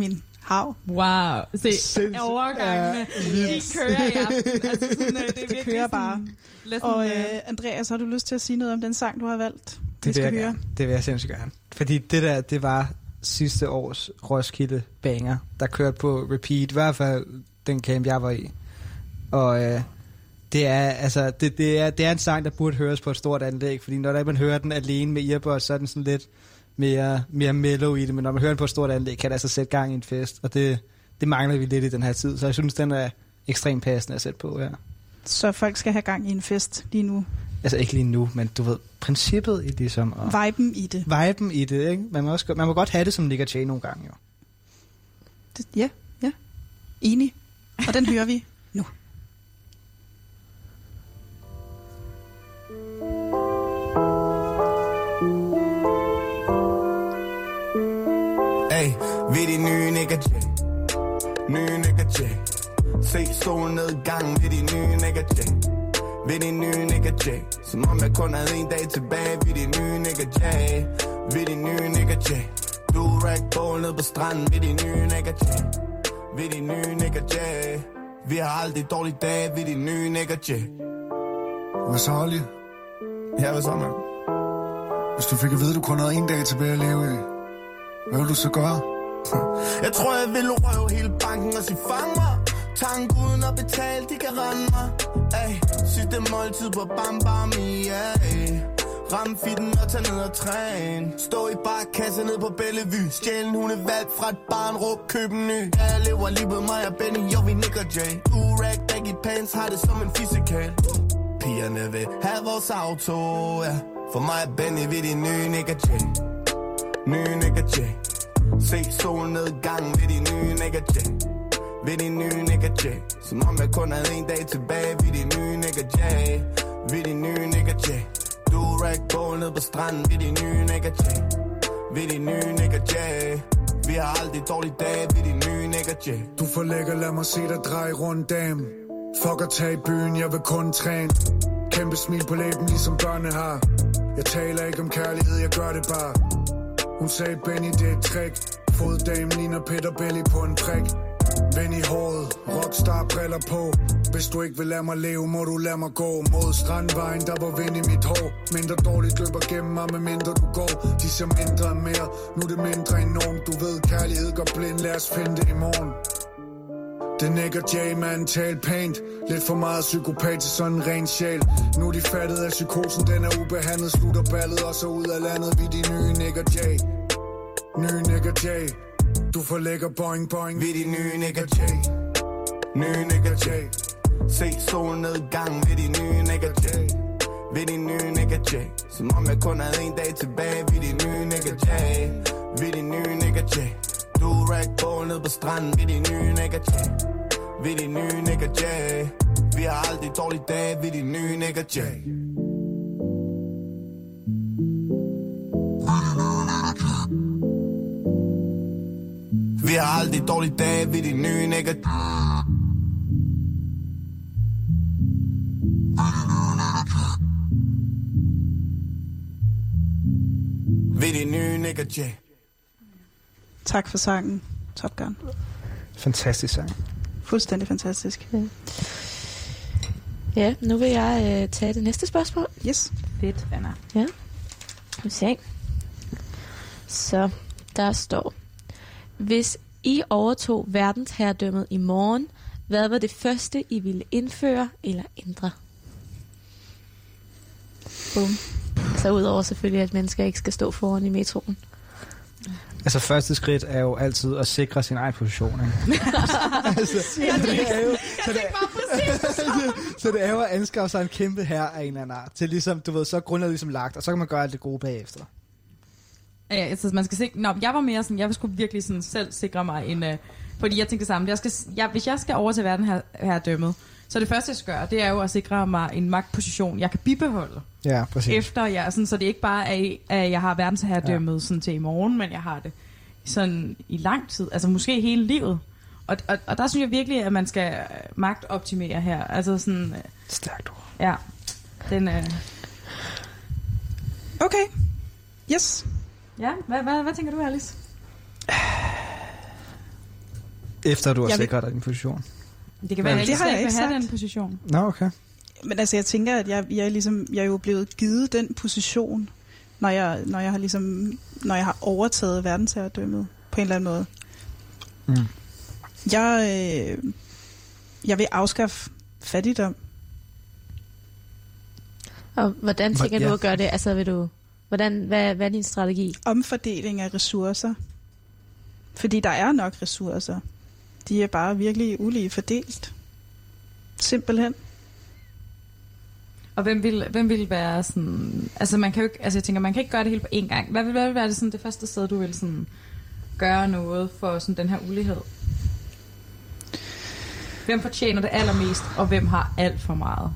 Hav. Wow. Se, overgangene, de kører i aften. Altså, sådan, det kører bare. Og Andreas, har du lyst til at sige noget om den sang, du har valgt? Det vil jeg sindssygt gerne. Fordi det var sidste års Roskilde banger, der kørte på repeat. I hvert fald den camp, jeg var i. Og det er en sang, der burde høres på et stort anlæg. Fordi når man hører den alene med earbuds, så er den sådan lidt mere mellow i det. Men når man hører den på et stort anlæg, kan det altså sætte gang i en fest. Og det mangler vi lidt i den her tid. Så jeg synes, den er ekstremt passende at sætte på, ja. Så folk skal have gang i en fest lige nu? Altså ikke lige nu, men du ved, princippet i ligesom... Viben i det. Viben i det, ikke? Man må godt have det som Nick og Jay nogle gange, jo. Ja. Enig. Og den hører vi nu. Hey, vi er de nye Nick og Jay. Nye Nick og Jay. Se solnedgang ved de nye Nick og Jay. Ved de nye Nick og Jay. Som om jeg kun havde en dag tilbage. Ved de nye Nick og Jay. Ved de nye Nick og Jay. Du ragbowl ned på stranden. Ved de nye Nick og Jay. Ved de nye Nick og Jay. Vi har aldrig dårlige dage. Ved de nye Nick og Jay. Hvad så, Olli? Ja, hvad så, mand? Hvis du fik at vide, du kun havde en dag tilbage at leve i, hvad vil du så gøre? Jeg tror, jeg vil røve hele banken og sige, fang mig. Tank uden at betale, de kan rende mig. Ay, sidste måltid på Bam Bam, yeah. Ram fitten og tage ned og træne. Stå i barkasse ned på Bellevue. Stjælen hundevalg fra et barn, råb køb en ny. Jeg lever lige med mig og Benny, jo vi Nick og Jay. Durag, baggy pants, har det som en fysikal. Pigerne vil have vores auto, ja. For mig og Benny, vi de nye Nick og Jay. Nye Nick og Jay. Se solnedgang ved de nye Nick og Jay. Ved de nye Nick og Jay. Som om jeg kun havde en dag tilbage. Ved de nye Nick og Jay. Ved de nye Nick og Jay. Du ragbowl ned på stranden. Ved de nye Nick og Jay. Ved de nye Nick og Jay. Vi har aldrig dårlige dage. Ved de nye Nick og Jay. Du for lækker, lad mig se dig dreje rundt, dame. Fuck at tage i byen, jeg vil kun træne. Kæmpe smil på læben, ligesom børnene har. Jeg taler ikke om kærlighed, jeg gør det bare. Hun sagde, Benny, det er et trick. Foddamen ligner Peter Belli på en prik. Ven i håret, rockstar briller på. Hvis du ikke vil lade mig leve, må du lade mig gå. Mod strandvejen, der var vind i mit hår. Mindre dårligt løber gennem mig, med mindre du går. De ser mindre end mere, nu er det mindre end nogen. Du ved, kærlighed går blind, lad os finde det i morgen. Det Nick og Jay, man, tal pænt. Lidt for meget psykopat til sådan en ren sjæl. Nu er de fattet af psykosen, den er ubehandlet. Slutter ballet og så ud af landet. Vi de nye Nick og Jay. Nye Nick og Jay. Du får lækker boing boing. Vi de nye Nick og Jay. Nye Nick og Jay. Se solnedgang ved de nye Nick og Jay. Ved de nye Nick og Jay. Som om jeg kun havde en dag tilbage. Vi de nye Nick og Jay. Vi de nye Nick og Jay. Du ragbowl ned på stranden. Vi de nye Nick og Jay. Vi de nye Nick og Jay. Vi har aldrig dårlige dage. Vi de nye Nick og Jay. Vi har aldrig dårlige dage. Vi de nye Nick og Jay. Vi de nye Nick og Jay. Tak for sangen, Top Gun. Fantastisk sang. Fuldstændig fantastisk. Ja, nu vil jeg tage det næste spørgsmål. Yes. Fedt, Anna. Ja. Vi se. Så der står: hvis I overtog verdensherredømmet i morgen, hvad var det første, I ville indføre eller ændre? Boom. Så udover selvfølgelig, at mennesker ikke skal stå foran i metroen. Altså første skridt er jo altid at sikre sin egen position, ikke? Så det er jo at anskaffe sig en kæmpe hær af en eller anden art. Til ligesom, du ved, så er grundlaget ligesom lagt, og så kan man gøre alt det gode bagefter. Ja, altså man skal sikre... jeg var mere sådan, jeg skulle virkelig sådan selv sikre mig en... fordi jeg tænkte sammen, hvis jeg skal over til verden her dømmet, så det første jeg skal gøre, det er jo at sikre mig en magtposition, jeg kan bibeholde. Ja, præcis. Efter jeg, sådan, så det ikke bare er, at jeg har verdensherredømmet sådan til i morgen, men jeg har det sådan i lang tid, altså måske hele livet. Og der synes jeg virkelig, at man skal magtoptimere her. Altså sådan... Stærkt ord. Ja. Den... Okay. Yes. Ja, hvad tænker du, Alice? Efter du har sikret dig din position. Det kan være, at det har jeg ikke have den position. Nå, okay. Men altså, jeg tænker, at jeg er jo blevet givet den position, når jeg har overtaget verdensherredømmet på en eller anden måde. Mm. Jeg vil afskaffe fattigdom. Og hvordan tænker du at gøre det? Altså, hvad er din strategi? Omfordeling af ressourcer. Fordi der er nok ressourcer. De er bare virkelig ulige fordelt. Simpelthen. Og hvem vil være sådan... Altså, man kan jo ikke, altså, jeg tænker, man kan ikke gøre det hele på én gang. Hvad vil være det, sådan, det første sted, du vil sådan, gøre noget for sådan, den her ulighed? Hvem fortjener det allermest, og hvem har alt for meget?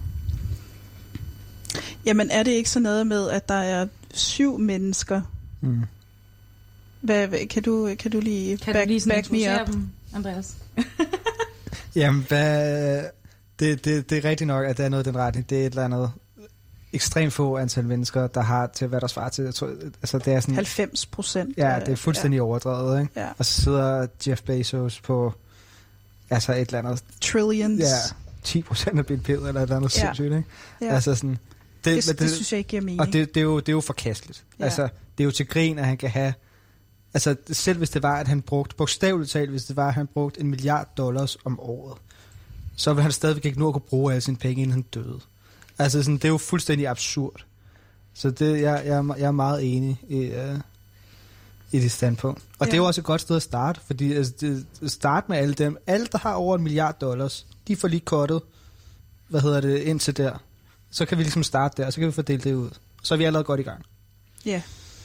Jamen, er det ikke sådan noget med, at der er 7 mennesker? Mm. Kan du lige back me up? Dem, Andreas? Jamen, det er rigtigt nok, at der er noget i den retning. Det er et eller andet ekstremt få antal mennesker, der har til, hvad der svarer til. Jeg tror, altså, det er sådan 90%. Ja, det er fuldstændig overdrevet, ikke? Ja. Og så sidder Jeff Bezos på altså et eller andet... Trillions. Ja, 10% af BNP eller et eller andet sindssygt, ikke? Ja. Altså sådan... Det synes jeg ikke giver mening. Og det er jo forkasteligt. Ja. Altså, det er jo til grin, at han kan have... Altså, selv hvis det var, at han brugte... Bogstaveligt talt, hvis det var, at han brugte $1 milliard om året, så ville han stadigvæk ikke nå at kunne bruge alle sine penge, inden han døde. Altså, sådan, det er jo fuldstændig absurd. Så det, jeg er meget enig i det standpunkt. Og det er jo også et godt sted at starte, fordi altså, start med alle dem. Alle, der har over $1 milliard, de får lige kottet, indtil der. Så kan vi ligesom starte der, så kan vi fordele det ud. Så er vi allerede godt i gang. Ja.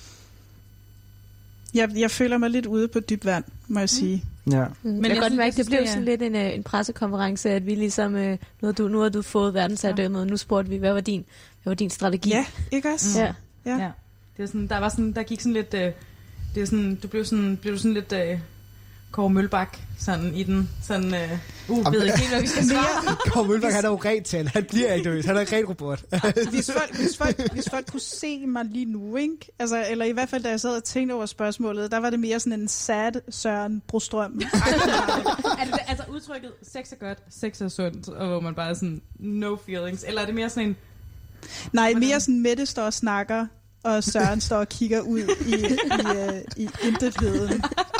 Jeg føler mig lidt ude på dybt vand, må jeg sige. Ja. Men jeg kan godt mærke, det blev sådan lidt en pressekonference, at vi ligesom, nu har du fået verdensherredømmet, og nu spurgte vi, hvad var din strategi? Ja, ikke også? Ja. Det var sådan, der gik sådan lidt, det er sådan, blev sådan lidt Kåre Mølbak sådan i den, sådan, ved ikke helt, hvad vi skal svare. Kåre Mølbak, han er jo rent tal, han bliver ikke nødt, han er en ren robot. Hvis folk kunne se mig lige nu, ikke? Altså, eller i hvert fald, da jeg sad og tænkte over spørgsmålet, der var det mere sådan en sad Søren Brostrøm. Er det altså udtrykket, sex er godt, sex er sundt, og hvor man bare sådan, no feelings, eller er det mere sådan en... Nej, mere sådan Mette står og snakker, og Søren står og kigger ud i intetheden.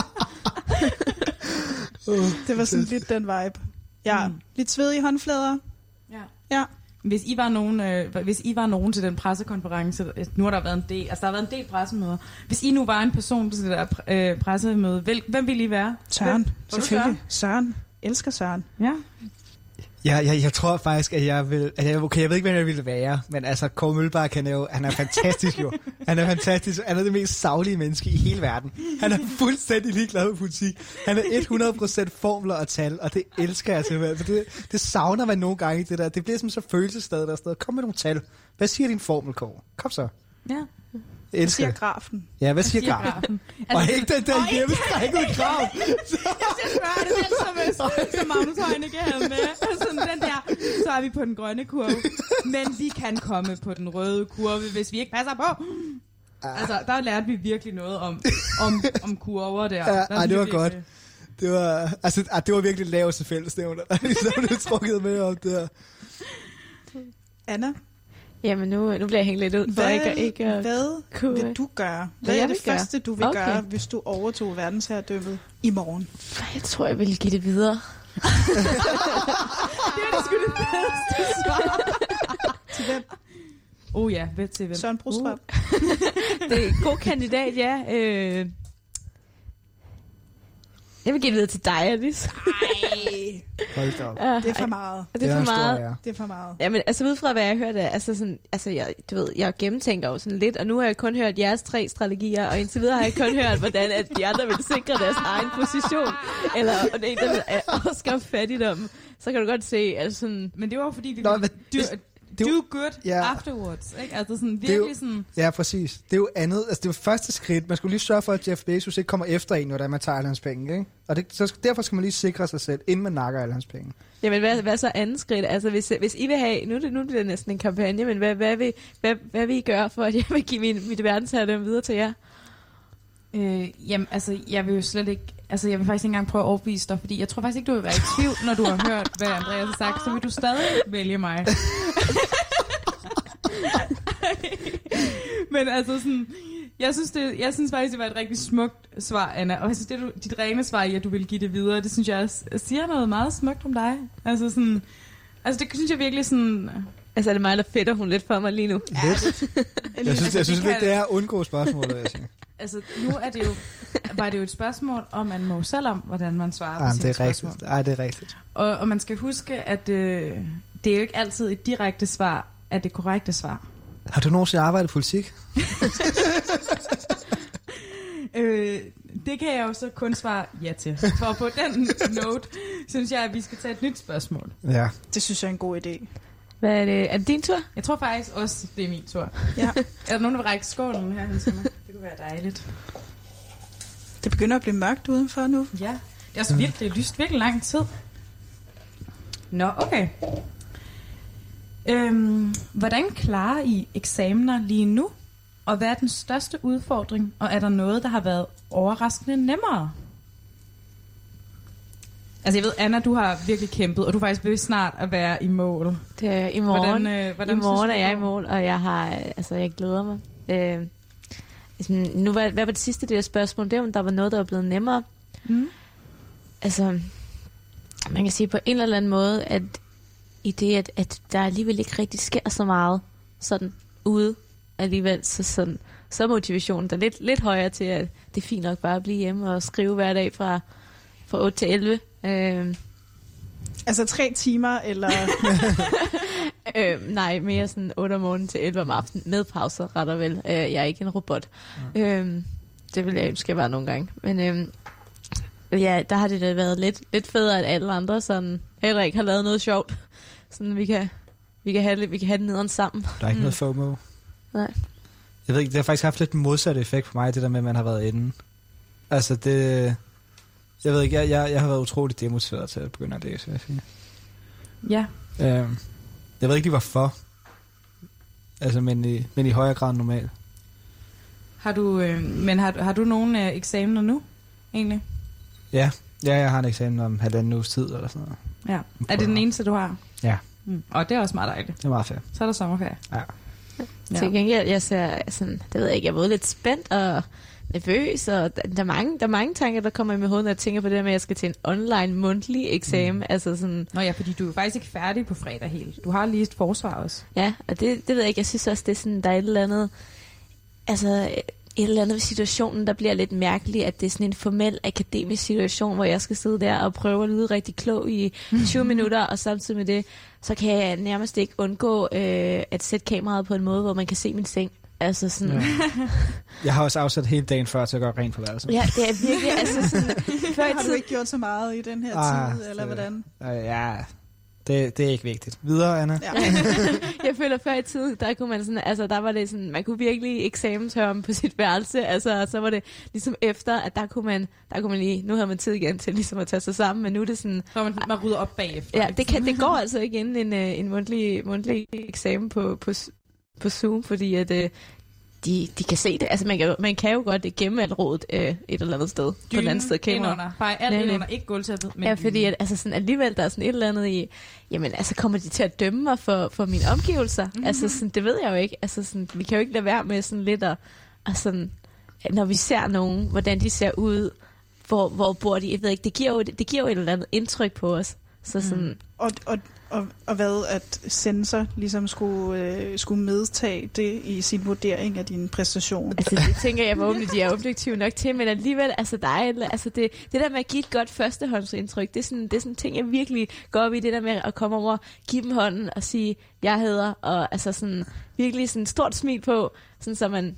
Det var sådan lidt den vibe. Ja, lidt svedige håndflader. Ja. Hvis I var nogen til den pressekonference, nu har der været en del, altså der har været en del pressemøder. Hvis I nu var en person til det der pressemøde, hvem ville I være? Søren, selvfølgelig. Søren. Elsker Søren. Ja. Jeg tror faktisk, at jeg vil... Okay, jeg ved ikke, hvem jeg ville være, men altså, Kåre Mølbak, han er fantastisk jo. Han er fantastisk. Han er det mest saglige menneske i hele verden. Han er fuldstændig ligeglad med politik. Han er 100% formler og tal, og det elsker jeg simpelthen. For det savner man nogle gange i det der. Det bliver som så følelsesstedet der sted. Kom med nogle tal. Hvad siger din formel, Kåre? Kom så. Ja. Hvad siger grafen? Ja, hvad siger grafen? Og ikke den der hjemmestrækkede graf. Jeg skal spørge det selv, som Magnus Heunicke havde med. Sådan den der, så er vi på den grønne kurve. Men vi kan komme på den røde kurve, hvis vi ikke passer på. Altså, der lærte vi virkelig noget om kurver der. Ja, det var godt. Det var virkelig laveste fællesnævner, der blev trukket med om det her. Anna? Jamen, nu bliver jeg hængt lidt ud. Hvad vil du gøre? Hvad er det første, du vil gøre, hvis du overtog verdensherredømmet i morgen? Jeg tror, jeg vil give det videre. Det var det sgu det bedste svar. Til hvem? Ved til hvem? Søren Brostrøm. Det er en god kandidat, ja. Jeg vil give det videre til dig, Alice. Nej. Hold da op. Det er for meget. Det er for meget. Det er for meget. Jamen, altså ud fra, hvad jeg hørte, jeg gennemtænker jo sådan lidt, og nu har jeg kun hørt jeres 3 strategier, og indtil videre har jeg kun hørt, hvordan at de andre vil sikre deres egen position, eller en, der vil afskaffe fattigdom. Så kan du godt se, altså sådan... Men det var fordi, vi do good afterwards, ikke? Altså sådan virkelig sådan... Ja, præcis. Det er jo andet, altså det er jo første skridt. Man skulle lige sørge for, at Jeff Bezos ikke kommer efter en, når man tager alle hans penge, ikke? Og derfor skal man lige sikre sig selv, inden man nakker alle hans penge. Jamen, hvad så andet skridt? Altså, hvis I vil have... Nu er det næsten en kampagne, men hvad vil I gøre for, at jeg vil give mit verdensherredømme videre til jer? Jamen, altså, jeg vil jo slet ikke... Altså, jeg vil faktisk ikke engang prøve at overbevise dig, fordi jeg tror faktisk ikke, du vil være i tvivl, når du har hørt, hvad Andreas har sagt, så vil du stadig vælge mig. Men altså sådan, jeg synes faktisk, det var et rigtig smukt svar, Anna. Og jeg synes, dit rene svar i, at du vil give det videre, det synes jeg siger noget meget smukt om dig. Altså sådan, det synes jeg virkelig sådan... Altså er det mig, der fedter hun lidt for mig lige nu? Ja. Jeg synes lidt, det er at undgå spørgsmålet, jeg siger. Altså, nu er det jo, var det jo et spørgsmål, og man må selv om, hvordan man svarer på sine spørgsmål. Det er rigtigt. Og man skal huske, at det er jo ikke altid et direkte svar, at det korrekte svar. Har du nogensinde arbejdet i politik? Det kan jeg jo så kun svare ja til. For på den note, synes jeg, at vi skal tage et nyt spørgsmål. Ja. Det synes jeg er en god idé. Hvad er det? Er det din tur? Jeg tror faktisk også, det er min tur. Ja. Er der nogen, der vil række skålen her? Det kunne være dejligt. Det begynder at blive mørkt udenfor nu. Ja, det er også virkelig lyst virkelig lang tid. Nå, okay. Hvordan klarer I eksamener lige nu? Og hvad er den største udfordring? Og er der noget, der har været overraskende nemmere? Altså jeg ved, Anna, du har virkelig kæmpet, og du er faktisk ved snart at være i mål. Det er i morgen. Hvordan I morgen er jeg i mål, og jeg glæder mig. Nu hvad var det sidste det der spørgsmål? Det var, om der var noget, der var blevet nemmere. Mm. Altså, man kan sige på en eller anden måde, at i det, at der alligevel ikke rigtig sker så meget sådan ude alligevel, så er motivationen der lidt højere til, at det er fint nok bare at blive hjemme og skrive hver dag fra 8 til 11. Altså 3 timer, eller? Nej, mere sådan 8 om morgenen til 11 om aftenen, med pauser retter vel. Jeg er ikke en robot. Det vil jeg ønske være nogle gange. Men ja, der har det da været lidt federe, at alle andre sådan heller ikke har lavet noget sjovt. Sådan vi kan have det nederen sammen. Der er ikke noget FOMO. Nej. Jeg ved ikke, det har faktisk haft lidt modsatte effekt på mig, det der med, at man har været inde. Altså det... Jeg ved ikke, jeg har været utroligt demotiveret til at begynde at læse, vil jeg sige. Ja. Jeg ved ikke lige hvorfor. Altså, men i højere grad end normalt. Har du nogle eksamener nu, egentlig? Ja, jeg har en eksamen om 1,5 uges tid, eller sådan noget. Ja. Er det den eneste, du har? Ja. Og det er også meget dejligt. Det er meget fedt. Så er der sommerferie. Ja. Til gengæld, jeg ser sådan, det ved jeg ikke, jeg er både lidt spændt og nervøs, og der er mange tanker, der kommer i mit hoved, når jeg tænker på det med, at jeg skal til en online mundtlig eksamen. Altså sådan... Nå ja, fordi du er faktisk ikke færdig på fredag helt. Du har lige et forsvar også. Ja, og det ved jeg ikke. Jeg synes også, det er sådan, der er et eller andet... Altså, et eller andet ved situationen, der bliver lidt mærkeligt, at det er sådan en formel akademisk situation, hvor jeg skal sidde der og prøve at lyde rigtig klog i 20 minutter, og samtidig med det, så kan jeg nærmest ikke undgå at sætte kameraet på en måde, hvor man kan se min seng. Altså sådan... Ja. Jeg har også afsat hele dagen før til at gøre rent på værelset. Ja, det er virkelig... Altså sådan, har du ikke gjort så meget i den her tid, eller hvordan? Ja... Det er ikke vigtigt. Videre, Anna. Ja. Jeg føler, før i tiden, der kunne man sådan, altså der var det sådan, man kunne virkelig eksamenshørme på sit værelse, altså så var det ligesom efter, at der kunne man lige, nu havde man tid igen til ligesom at tage sig sammen, men nu er det sådan... Så man rydder op bagefter. Ja, det går altså ikke inden en mundtlig eksamen på Zoom, fordi at... De kan se det. Altså, man kan jo godt gemme alt rodet et eller andet sted. På den anden side kamera. Bare alt indenunder, ikke gulvtæppet. Ja, fordi at, altså, sådan, alligevel der er sådan et eller andet i... Jamen, altså, kommer de til at dømme mig for mine omgivelser? Mm-hmm. Altså, sådan, det ved jeg jo ikke. Altså, sådan, vi kan jo ikke lade være med sådan lidt og sådan... Når vi ser nogen, hvordan de ser ud, hvor bor de? Jeg ved ikke, det giver jo et eller andet indtryk på os. Så sådan... Og hvad, at censor ligesom skulle medtage det i sin vurdering af din præstation? Altså det tænker jeg forhåbentlig, de er objektive nok til, men alligevel, altså det der med at give et godt førstehåndsindtryk, det er sådan en ting, jeg virkelig går op i, det der med at komme over, give dem hånden og sige, jeg hedder, og altså sådan virkelig sådan et stort smil på, sådan så man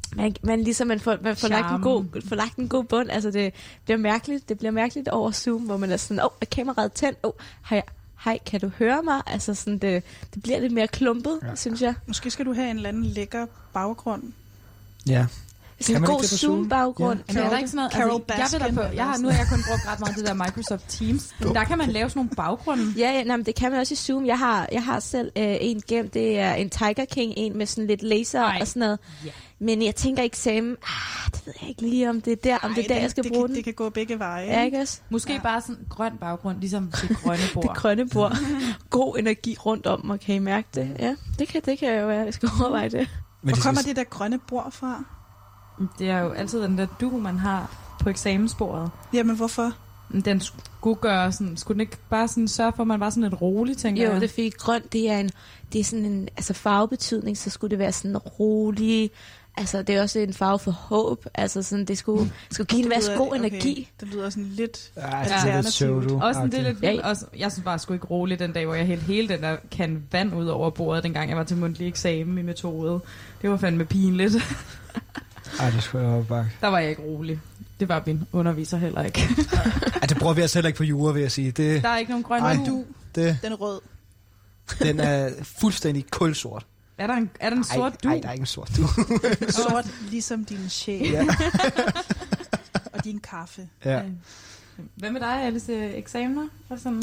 får lagt en god bund. Altså det bliver mærkeligt over Zoom, hvor man er sådan, er kameraet tændt? Hej, kan du høre mig? Altså sådan, det bliver lidt mere klumpet, synes jeg. Måske skal du have en eller anden lækker baggrund. Ja. Sådan en god Zoom-baggrund. Ja. Men er der ikke sådan noget? Carol altså, nu har jeg kun brugt ret meget det der Microsoft Teams. Der kan man lave sådan nogle baggrunde. Ja, men det kan man også i Zoom. Jeg har selv en gemt. Det er en Tiger King, en med sådan lidt laser og sådan noget. Ja. Men jeg tænker eksamen, det ved jeg ikke lige, om det er der, om det er der, jeg skal bruge den. Det kan gå begge veje. Ja, ikke også? Måske bare sådan en grøn baggrund, ligesom det grønne bord. Det grønne bord. God energi rundt om mig, kan I mærke det? Ja, det kan jo være, jeg skal overveje det. Hvor kommer det der grønne bord fra? Det er jo altid den der duo, man har på eksamensbordet. Jamen, hvorfor? Den skulle den ikke bare sådan sørge for, at man var sådan lidt rolig, tænker jeg? Jo, det fik grønt, det er sådan en farvebetydning, så skulle det være sådan rolig. Altså, det er også en farve for håb. Altså, sådan, det skulle give en masse god energi. Det lyder sådan lidt alternativt. Også det lidt vildt. Også, jeg synes bare sgu ikke roligt den dag, hvor jeg hældte hele den der kan vand ud over bordet, dengang jeg var til mundtlig eksamen i metode. Det var fandme pinligt. Ej, det skulle jeg bakke. Der var jeg ikke rolig. Det var min underviser heller ikke. Det bruger vi altså heller ikke på jura, vil jeg sige. Der er ikke nogen grønne du. Den er rød. Den er fuldstændig kulsort. Er der en sort du? Nej, der er ikke en sort du. Sort ligesom din sjæl. Ja. Og din kaffe. Ja. Hvad med dig, Alice? Eksamener? Og sådan?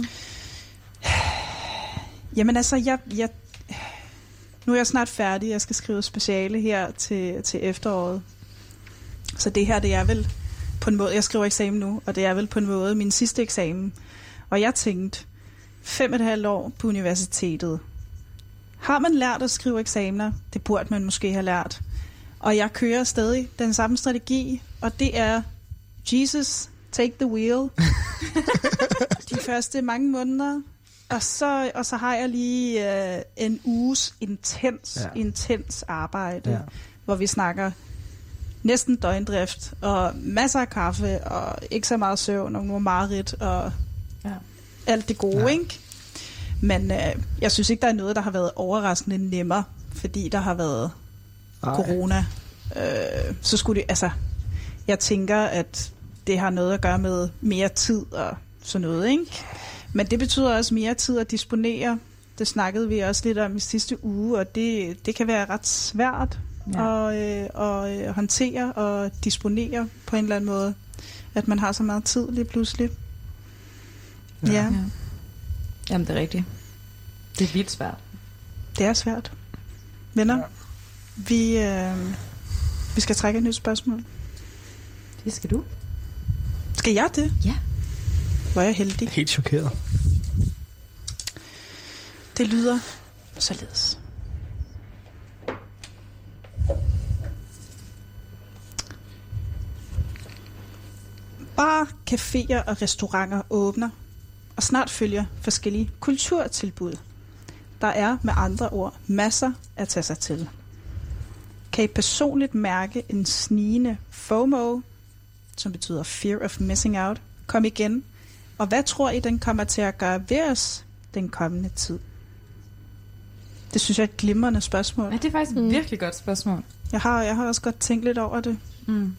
Jamen altså, nu er jeg snart færdig. Jeg skal skrive speciale her til efteråret. Så det her, det er vel på en måde, jeg skriver eksamen nu, og det er vel på en måde min sidste eksamen. Og jeg tænkte, 5,5 år på universitetet. Har man lært at skrive eksamener? Det burde man måske have lært. Og jeg kører stadig den samme strategi, og det er Jesus, take the wheel. De første mange måneder. Og så har jeg lige en uges intens arbejde, hvor vi snakker næsten døgndrift, og masser af kaffe, og ikke så meget søvn, og nogle mareridt, og alt det gode, ikke? Men jeg synes ikke, der er noget, der har været overraskende nemmere, fordi der har været corona. Så skulle det, altså, jeg tænker, at det har noget at gøre med mere tid og sådan noget, ikke? Men det betyder også mere tid at disponere. Det snakkede vi også lidt om i sidste uge, og det kan være ret svært at håndtere og disponere på en eller anden måde, at man har så meget tid lige pludselig. Ja. Jamen, det er rigtigt. Det er vildt svært. Det er svært. Venner, vi skal trække et nyt spørgsmål. Det skal du. Skal jeg det? Ja. Hvor er jeg heldig. Helt chokeret. Det lyder således. Bar, caféer og restauranter åbner, og snart følger forskellige kulturtilbud. Der er med andre ord masser at tage sig til. Kan I personligt mærke en snigende FOMO, som betyder Fear of Missing Out, kom igen? Og hvad tror I, den kommer til at gøre ved os den kommende tid? Det synes jeg er et glimrende spørgsmål. Ja, det er faktisk et virkelig godt spørgsmål. Jeg har også godt tænkt lidt over det. Mm.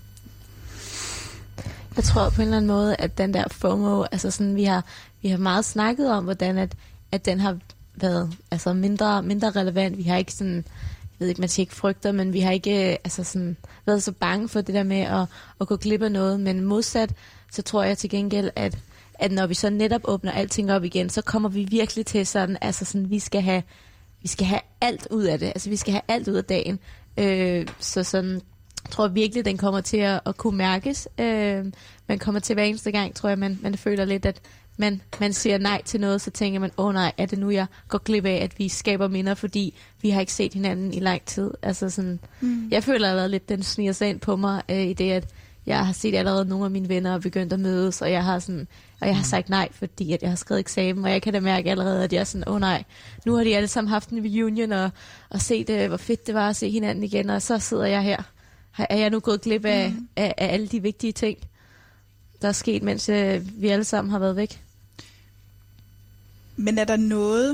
Jeg tror på en eller anden måde, at den der FOMO, altså sådan, vi har meget snakket om, hvordan at den har været altså mindre relevant. Vi har ikke sådan, jeg ved ikke, man siger ikke frygter, men vi har ikke altså sådan, været så bange for det der med at gå glip af noget. Men modsat, så tror jeg til gengæld, at når vi så netop åbner alting op igen, så kommer vi virkelig til sådan, altså sådan, vi skal have alt ud af det. Altså vi skal have alt ud af dagen. Så sådan, jeg tror virkelig, den kommer til at kunne mærkes. Man kommer til hver eneste gang, tror jeg, man føler lidt, at man siger nej til noget, så tænker man, nej, er det nu, jeg går glip af, at vi skaber minder, fordi vi har ikke set hinanden i lang tid. Altså sådan, jeg føler allerede lidt, den sniger sig ind på mig, i det, at jeg har set allerede nogle af mine venner begyndt at mødes, og jeg har sagt nej, fordi at jeg har skrevet eksamen, og jeg kan da mærke allerede, at jeg er sådan, nej, nu har de alle sammen haft en reunion, og set, hvor fedt det var at se hinanden igen, og så sidder jeg her. Er jeg nu gået glip af alle de vigtige ting, der er sket, mens vi alle sammen har været væk? Men er der noget,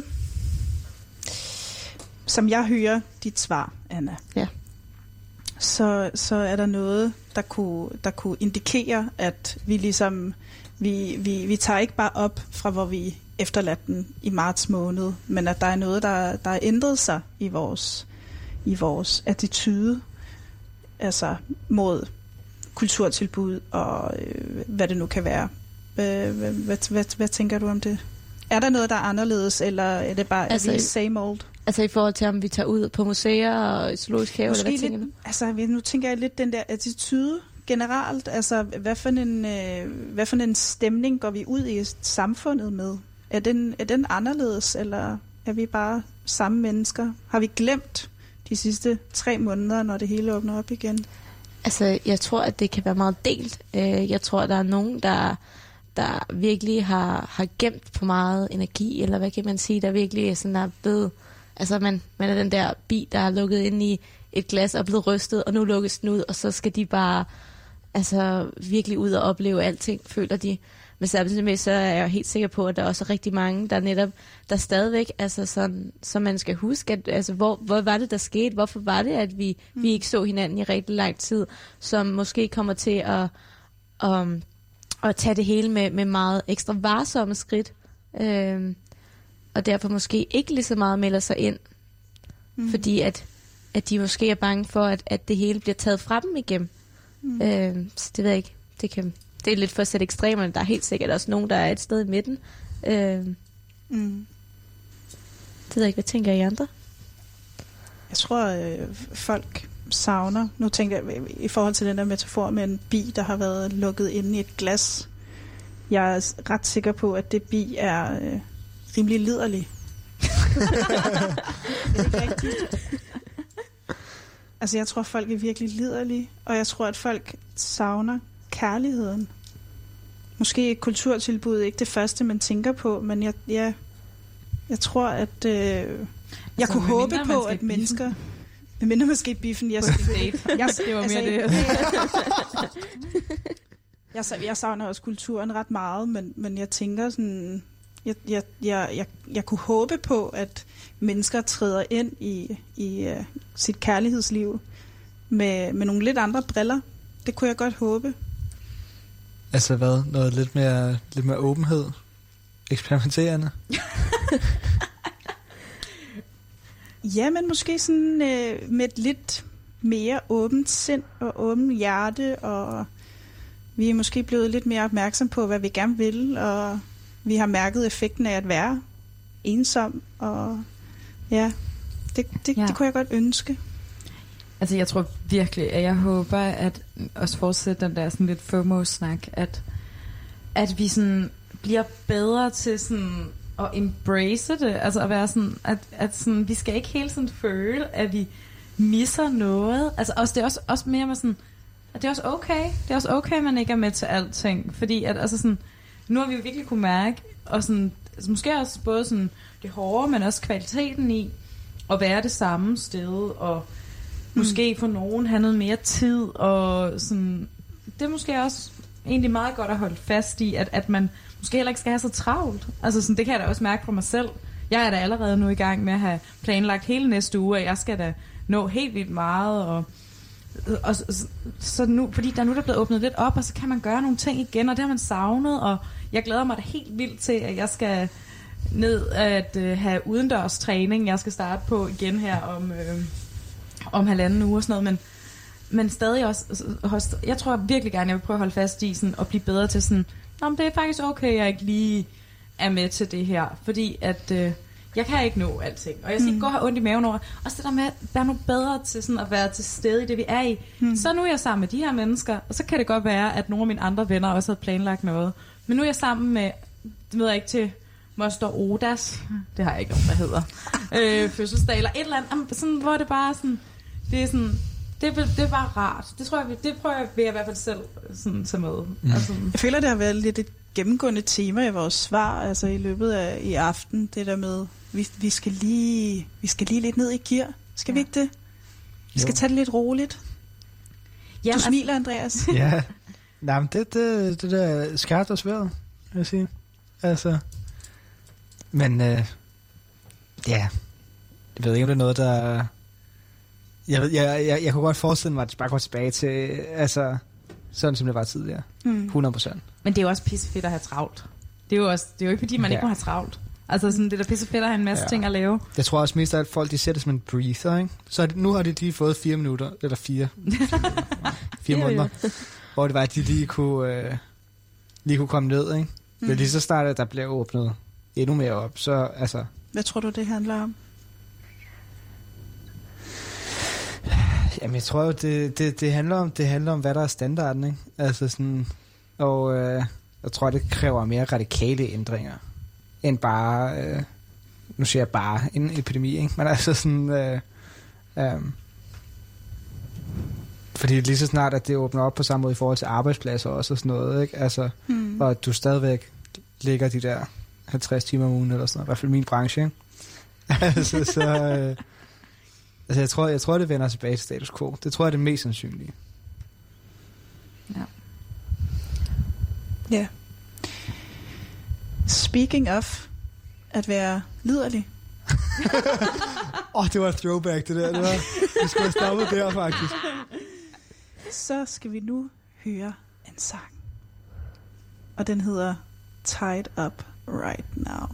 som jeg hører dit svar, Anna? Ja. Så er der noget, der kunne indikere, at vi ligesom vi tager ikke bare op fra, hvor vi efterladt den i marts måned, men at der er noget, der er ændret sig i vores attitude. altså mod kulturtilbud og hvad det nu kan være. Hvad tænker du om det? Er der noget, der er anderledes, eller er det bare altså, same old? Altså i forhold til, om vi tager ud på museer og zoologisk have, eller hvad tænker du? Altså nu tænker jeg lidt den der attitude generelt. Altså hvad for en stemning går vi ud i samfundet med? Er den anderledes, eller er vi bare samme mennesker? Har vi glemt de sidste 3 måneder, når det hele åbner op igen? Altså jeg tror, at det kan være meget delt. Jeg tror, at der er nogen, der virkelig har gemt på meget energi, eller hvad kan man sige, der virkelig sådan er blevet, altså man er den der bi, der er lukket ind i et glas og blevet rystet, og nu lukkes den ud, og så skal de bare altså virkelig ud og opleve alting, føler de. Men samtidig med, så er jeg helt sikker på, at der er også rigtig mange, der netop, der stadigvæk, altså sådan, så man skal huske, at altså, hvor var det, der skete? Hvorfor var det, at vi ikke så hinanden i rigtig lang tid, som måske kommer til at tage det hele med meget ekstra varsomme skridt, og derfor måske ikke lige så meget melder sig ind, fordi at de måske er bange for, at det hele bliver taget fra dem igen. Så det ved jeg ikke. Det er lidt for at sætte ekstremerne. Der er helt sikkert også nogen, der er et sted i midten. Det ved jeg ikke. Hvad tænker I andre? Jeg tror, folk savner. Nu tænker jeg i forhold til den der metafor med en bi, der har været lukket inde i et glas. Jeg er ret sikker på, at det bi er rimelig liderlig. Det er ikke rigtigt. Altså, jeg tror, folk er virkelig liderlige, og jeg tror, at folk savner kærligheden. Måske et kulturtilbud ikke det første, man tænker på, men jeg tror, at jeg altså, kunne håbe på, at mennesker... Mindre måske biffen. Det var mere det. Jeg savner også kulturen ret meget, men jeg tænker sådan... Jeg kunne håbe på, at mennesker træder ind i sit kærlighedsliv med nogle lidt andre briller. Det kunne jeg godt håbe. Altså hvad? Noget lidt mere åbenhed? Eksperimenterende? Ja, men måske sådan med et lidt mere åbent sind og åbent hjerte, og vi er måske blevet lidt mere opmærksom på, hvad vi gerne vil, og vi har mærket effekten af at være ensom, og ja, det kunne jeg godt ønske. Altså jeg tror virkelig, at jeg håber, at også fortsætte den der sådan lidt FOMO-snak, at vi sådan bliver bedre til sådan at embrace det, altså at være sådan, at sådan, vi skal ikke hele tiden føle, at vi misser noget. Altså også, det er også mere med sådan, at det er også okay. Det er også okay, at man ikke er med til alting, fordi at altså sådan, nu har vi jo virkelig kunne mærke, og sådan, altså måske også både sådan det hårde, men også kvaliteten i at være det samme sted, og måske for nogen have noget mere tid, og sådan, det er måske også egentlig meget godt at holde fast i, at man måske heller ikke skal have så travlt. Altså sådan, det kan jeg da også mærke fra mig selv. Jeg er da allerede nu i gang med at have planlagt hele næste uge, og jeg skal da nå helt vildt meget, og så nu, fordi der nu er blevet åbnet lidt op, og så kan man gøre nogle ting igen, og det har man savnet, og jeg glæder mig da helt vildt til, at jeg skal ned at have udendørs træning, jeg skal starte på igen her om 1,5 uge og sådan noget, men stadig også, jeg tror virkelig gerne, jeg vil prøve at holde fast i sådan, og blive bedre til sådan, det er faktisk okay, jeg ikke lige er med til det her, fordi at jeg kan ikke nå alting, og jeg skal ikke gå og have ondt i maven over, og så der med, der er noget bedre til sådan at være til stede i det, vi er i. Så nu er jeg sammen med de her mennesker, og så kan det godt være, at nogle af mine andre venner også havde planlagt noget, men nu er jeg sammen med, det ved jeg ikke, til Moster Odas, det har jeg ikke nogen, der hedder, fødselsdag, eller et eller andet, sådan, hvor det bare sådan, det er sådan, det er bare rart. Det prøver jeg i hvert fald selv sådan tage med. Altså, jeg føler, det har været lidt et gennemgående tema i vores svar, altså i løbet af i aften, det der med, vi skal lige lidt ned i gear. Skal vi ikke det? Vi skal tage det lidt roligt. Du smiler, Andreas. Ja. Nej, men det der skarpt og svært, vil jeg sige. Altså, men ja, jeg ved ikke, om det er noget, der... Jeg kunne godt forestille mig, at det bare går tilbage til, altså, sådan som det var tidligere. 100%. Men det er jo også pissefedt at have travlt. Det er jo ikke, fordi man ikke må have travlt. Altså sådan, det er da pisse fedt at have en masse ting at lave. Jeg tror også mest af alt folk, de sætter som en breather, ikke? Så nu har de lige fået 4 minutter, eller 4 måneder, hvor det var, at de lige kunne komme ned, ikke? Men lige så startede, at der blev åbnet endnu mere op, så altså... Hvad tror du, det handler om? Jamen, jeg tror jo, det handler om, hvad der er standarden, ikke? Altså sådan... Og jeg tror, det kræver mere radikale ændringer, end bare... nu siger jeg bare en epidemi, ikke? Men altså sådan... fordi lige så snart, at det åbner op på samme måde i forhold til arbejdspladser også og sådan noget, ikke? Altså, og at du stadigvæk ligger de der 50 timer om ugen eller sådan noget, i hvert fald min branche, ikke? Altså, altså, jeg tror, det vender tilbage til status quo. Det tror jeg er det mest sandsynlige. Ja. Ja. Speaking of at være liderlig. Det var et throwback, det der. Vi skulle have stoppet der, faktisk. Så skal vi nu høre en sang. Og den hedder Tied Up Right Now.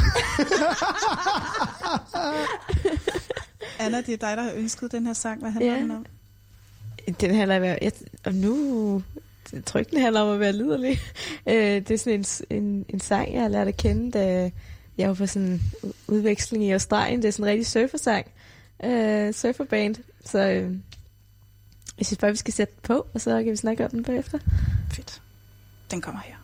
Anna, det er dig, der har ønsket den her sang. Hvad handler den om? Den handler om... Jeg tror ikke, den handler om at være liderlig. Det er sådan en sang, jeg har lært at kende, da jeg var på sådan en udveksling i Australien. Det er sådan en rigtig surfersang. Surferband. Så jeg synes bare, vi skal sætte den på, og så kan vi snakke om den bagefter. Fedt. Den kommer her.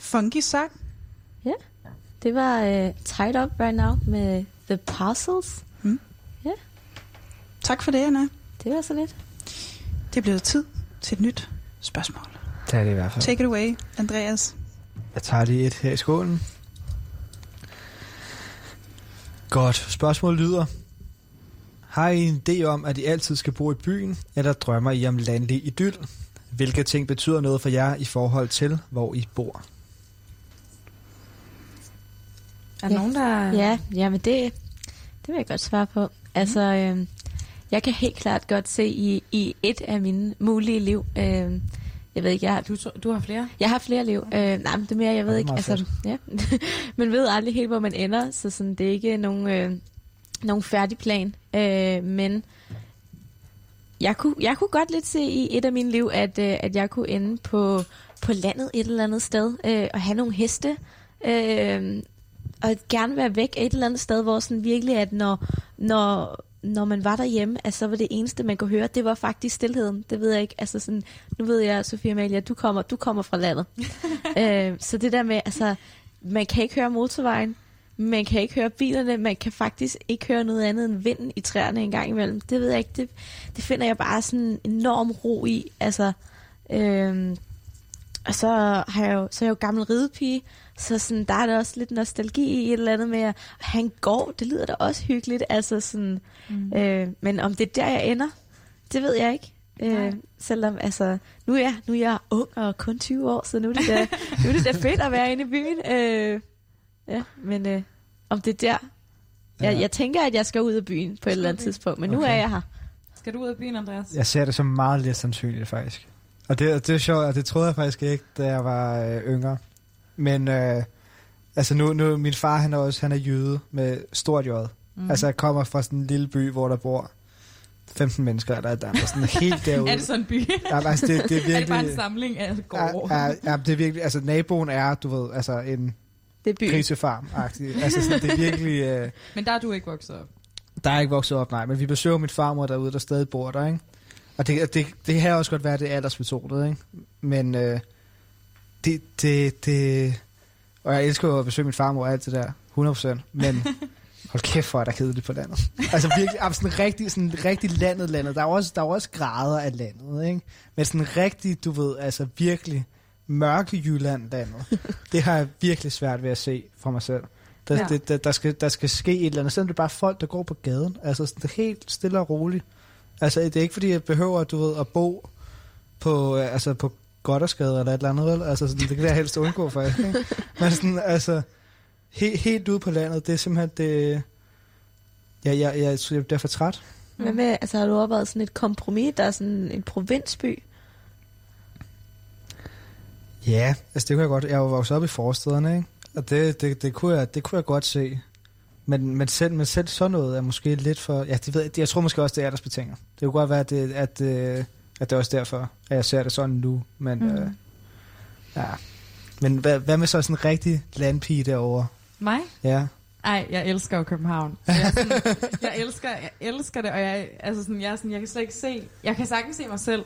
funky sang. Ja, det var Tied Up Right Now med The Parcels. Ja. Tak for det, Anna. Det var så lidt. Det er blevet tid til et nyt spørgsmål. Det er det i hvert fald. Take it away, Andreas. Jeg tager lige et her i skålen. Godt. Spørgsmålet lyder: har I en idé om, at I altid skal bo i byen, eller drømmer I om landlig idyl? Hvilke ting betyder noget for jer i forhold til, hvor I bor? Er der nogen, der... Ja, men det vil jeg godt svare på. Altså, jeg kan helt klart godt se i et af mine mulige liv. Jeg ved ikke, Du har flere? Jeg har flere liv. Nej, men det er mere, jeg ved ikke. Altså, ja. Man ved aldrig helt, hvor man ender, så sådan, det er ikke nogen færdig plan. Men jeg kunne godt lidt se i et af mine liv, at jeg kunne ende på landet et eller andet sted og have nogle heste. Og gerne være væk et eller andet sted, hvor sådan virkelig, at når man var derhjemme, altså, så var det eneste, man kunne høre, det var faktisk stilheden. Det ved jeg ikke. Altså, sådan, nu ved jeg, Sofie Amalie, du kommer fra landet. Så det der med, altså, man kan ikke høre motorvejen, man kan ikke høre bilerne, man kan faktisk ikke høre noget andet end vinden i træerne en gang imellem. Det ved jeg ikke. Det finder jeg bare sådan en enorm ro i. Altså, og så er jeg jo gammel ridepige, så sådan, der er der også lidt nostalgi i et eller andet med at have en gård. Det lyder da også hyggeligt. Altså sådan, men om det er der, jeg ender, det ved jeg ikke. Selvom, altså, nu er jeg ung og kun 20 år, så nu er det da fedt at være inde i byen. Ja, men om det er der... Jeg tænker, at jeg skal ud af byen på et eller andet tidspunkt, men nu er jeg her. Skal du ud af byen, Andreas? Jeg ser det som meget lidt sandsynligt, faktisk. Og det er sjovt, og det troede jeg faktisk ikke, da jeg var yngre. Men altså nu min far, han er jøde med stort J. Altså jeg kommer fra sådan en lille by, hvor der bor 15 mennesker, eller der er sådan helt derude. Er det sådan en by? Ja, altså, det er virkelig... Er det bare en samling af gårde? Ja, det er virkelig... Altså naboen er, du ved, altså en grisefarm-agtig. Altså sådan, det er virkelig... Men der er du ikke vokset op? Der er ikke vokset op, nej. Men vi besøger min farmor derude, der stadig bor der, ikke? Og det her også godt være, det er aldersbetonet, ikke? Men og jeg elsker jo at besøge min farmor og alt det der, 100%. Men hold kæft for, at der er kedeligt på landet. Altså virkelig, sådan rigtig landet. Der er også grader af landet, ikke? Men sådan rigtig, du ved, altså virkelig mørke Jylland-landet. Det har jeg virkelig svært ved at se for mig selv. Der skal ske et eller andet. Selvom det er bare folk, der går på gaden. Altså sådan, det er helt stille og roligt. Altså, det er ikke fordi, jeg behøver, du ved, at bo på Goddersgade eller et eller andet, vel? Altså, sådan, det kan jeg helst undgå, faktisk. Ikke? Men sådan, altså, helt ude på landet, det er simpelthen det... Jeg er derfor træt. Hvad med, altså, har du overvejet sådan et kompromis, der er sådan en provinsby? Ja, altså, det kunne jeg godt... Jeg er jo vokset op i forstederne, ikke? Og det kunne jeg godt se. Men selv sådan noget er måske lidt for... Ja, det ved jeg tror måske også, det er aldersbetinger. Det kunne godt være, at det er også derfor, at jeg ser det sådan nu. Men, ja. Men hvad med så sådan en rigtig landpige derovre? Mig? Ja. Ej, jeg elsker jo København. Jeg elsker det, og jeg kan slet ikke se... Jeg kan sagtens se mig selv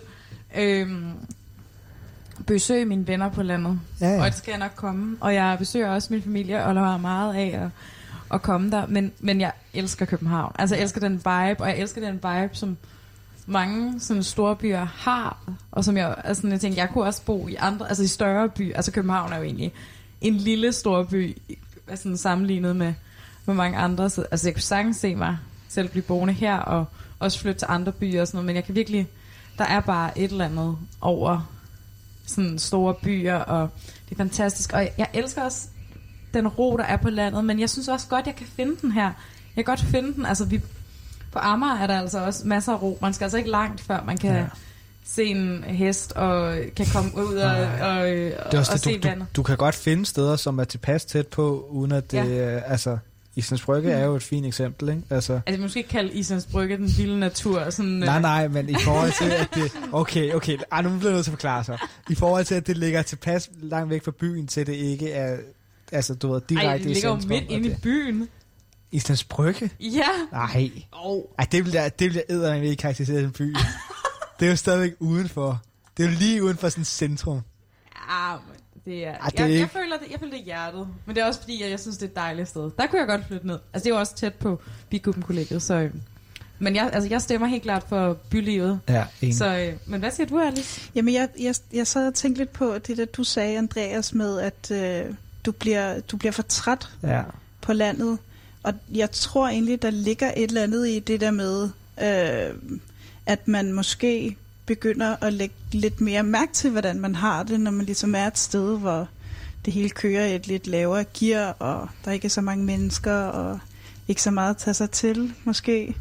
besøge mine venner på landet. Ja. Og det skal jeg nok komme. Og jeg besøger også min familie, og lader meget af at komme der. Men jeg elsker København. Altså, jeg elsker den vibe, og jeg elsker den vibe, som mange sådan store byer har. Og som jeg tænker, jeg kunne også bo i andre, altså i større byer. Altså, København er jo egentlig en lille stor by, altså sammenlignet med mange andre. Så, altså, jeg kunne sagtens se mig selv blive boende her, og også flytte til andre byer og sådan noget. Men jeg kan virkelig, der er bare et eller andet over sådan store byer, og det er fantastisk. Og jeg elsker også den ro, der er på landet, men jeg synes også godt, jeg kan finde den her. Jeg kan godt finde den. Altså, på Amager er der altså også masser af ro. Man skal altså ikke langt, før man kan se en hest, og kan komme ud og se vandet. Du kan godt finde steder, som er tilpas tæt på, uden at det... Altså, Islands Brygge er jo et fint eksempel, ikke? Altså måske ikke kalde Islands Brygge den vilde natur. Sådan, nej, men i forhold til, at det... Okay. Ej, nu bliver jeg nødt til at forklare sig. I forhold til, at det ligger tilpas langt væk fra byen, til det ikke er... Altså, du ved, direkte i centrum. Det ligger jo midt inde i byen. Islands Brygge? Ja. Nej. Ej, det vil jeg eddermame ikke karakterisere den by. Det er jo stadigvæk udenfor. Det er jo lige uden for sådan et centrum. Ja, Det er, jeg føler det er hjertet, men det er også fordi, at jeg synes, det er et dejligt sted. Der kunne jeg godt flytte ned. Altså, det er jo også tæt på Bikuben-kollegiet, så... Men jeg stemmer helt klart for bylivet. Ja, så, men hvad siger du, Alice? Jamen, jeg sad og tænkte lidt på det, der du sagde, Andreas, med, at du bliver for træt på landet. Og jeg tror egentlig, der ligger et eller andet i det der med, at man måske begynder at lægge lidt mere mærke til, hvordan man har det, når man ligesom er et sted, hvor det hele kører i et lidt lavere gear, og der ikke er så mange mennesker, og ikke så meget at tage sig til, måske.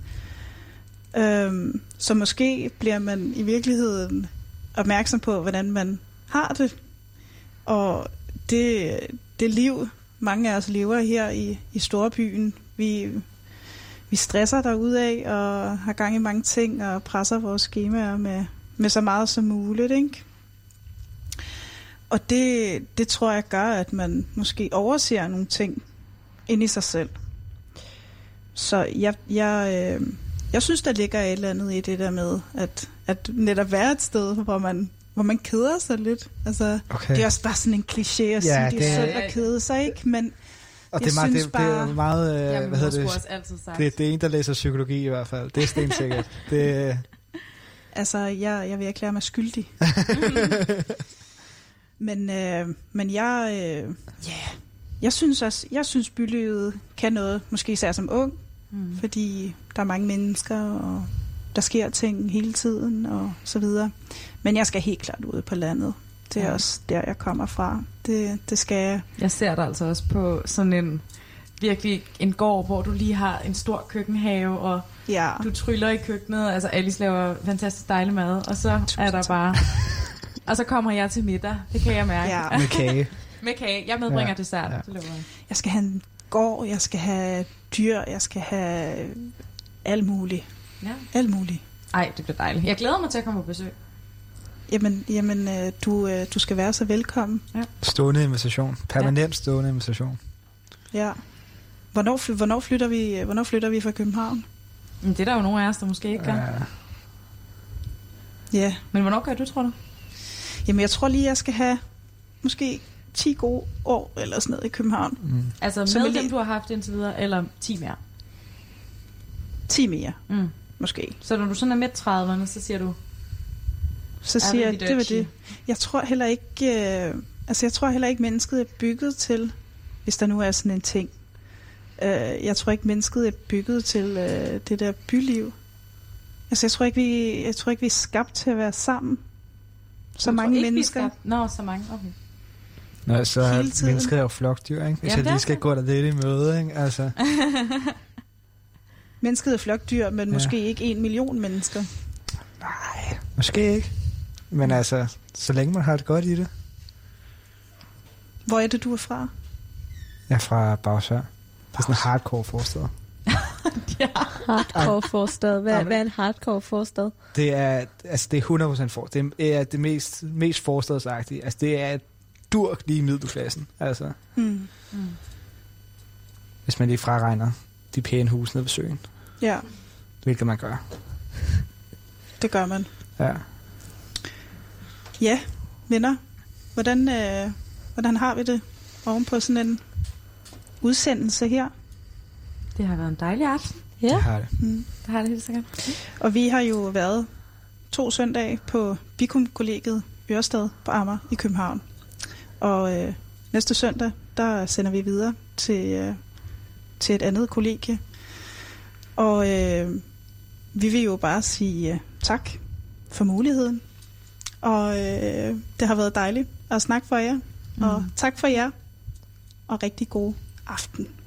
Så måske bliver man i virkeligheden opmærksom på, hvordan man har det. Og det liv, mange af os lever her i storbyen, vi stresser derudad og har gang i mange ting og presser vores skemaer med så meget som muligt, ikke? Og det tror jeg gør, at man måske overser nogle ting inde i sig selv. Så jeg synes, der ligger et eller andet i det der med, at netop være et sted, hvor man keder sig lidt. Altså, det er også bare sådan en kliché at sige, det er synd at kede sig, ikke? Men og det er meget, hvad hedder det? Det er en, der læser psykologi i hvert fald. Det er stensikkert. Altså, jeg vil erklære mig skyldig. Men jeg synes bylivet kan noget, måske især som ung, fordi der er mange mennesker, og der sker ting hele tiden, og så videre. Men jeg skal helt klart ud på landet. Det er også der, jeg kommer fra. Det skal jeg. Jeg ser dig altså også på sådan en gård, hvor du lige har en stor køkkenhave, og du tryller i køkkenet. Altså, Alice laver fantastisk dejlig mad, og så er der bare... Og så kommer jeg til middag. Det kan jeg mærke. Ja. Med kage. Med kage. Jeg medbringer dessert. Ja. Jeg skal have en gård, jeg skal have dyr, jeg skal have alt muligt. Ja. Alt muligt. Ej, det bliver dejligt. Jeg glæder mig til at komme på besøg. Jamen du skal være så velkommen. Ja. Stående invitation. Permanent stående invitation. Ja. Hvornår flytter vi fra København? Det er der jo nogle af os, der måske ikke kan. Ja. Men hvornår gør du, tror du? Jamen, jeg tror lige, jeg skal have måske 10 gode år eller sådan noget i København. Altså med dem, du har haft indtil videre, eller 10 mere? 10 mere, måske. Så når du sådan er midt 30'erne, så siger du... Så siger jeg, det var det. Jeg tror heller ikke, mennesket er bygget til, hvis der nu er sådan en ting. Jeg tror ikke, mennesket er bygget til det der byliv. Altså, jeg tror ikke, vi er skabt til at være sammen. Så mange mennesker. Så mange, okay. Nå, så er mennesket er jo flokdyr, ikke? Hvis jeg lige skal gå der lidt i møde, ikke? Altså. Mennesket er flokdyr, men måske ikke 1 million mennesker. Nej, måske ikke. Men altså, så længe man har det godt i det. Hvor er det, du er fra? Jeg er fra Bagsvær. Det er sådan en hardcore forstad. Hardcore forstad. Hvad er en hardcore forstad? Det er 100% forstad. Det er det mest forstadsagtige. Altså, det er durk lige i middelklassen. Altså. Hvis man lige fraregner de pæne huse nede ved søen. Ja. Hvilket man gør. Det gør man. Ja. Ja, venner. Hvordan har vi det oven på sådan en udsendelse her? Det har været en dejlig aften. Ja. Det har det. Det har det helt sikkert. Og vi har jo været 2 søndage på Bikuben-kollegiet Ørestad på Amager i København. Og næste søndag, der sender vi videre til et andet kollegie. Og vi vil jo bare sige tak for muligheden. Og det har været dejligt at snakke for jer. Og tak for jer. Og rigtig god aften.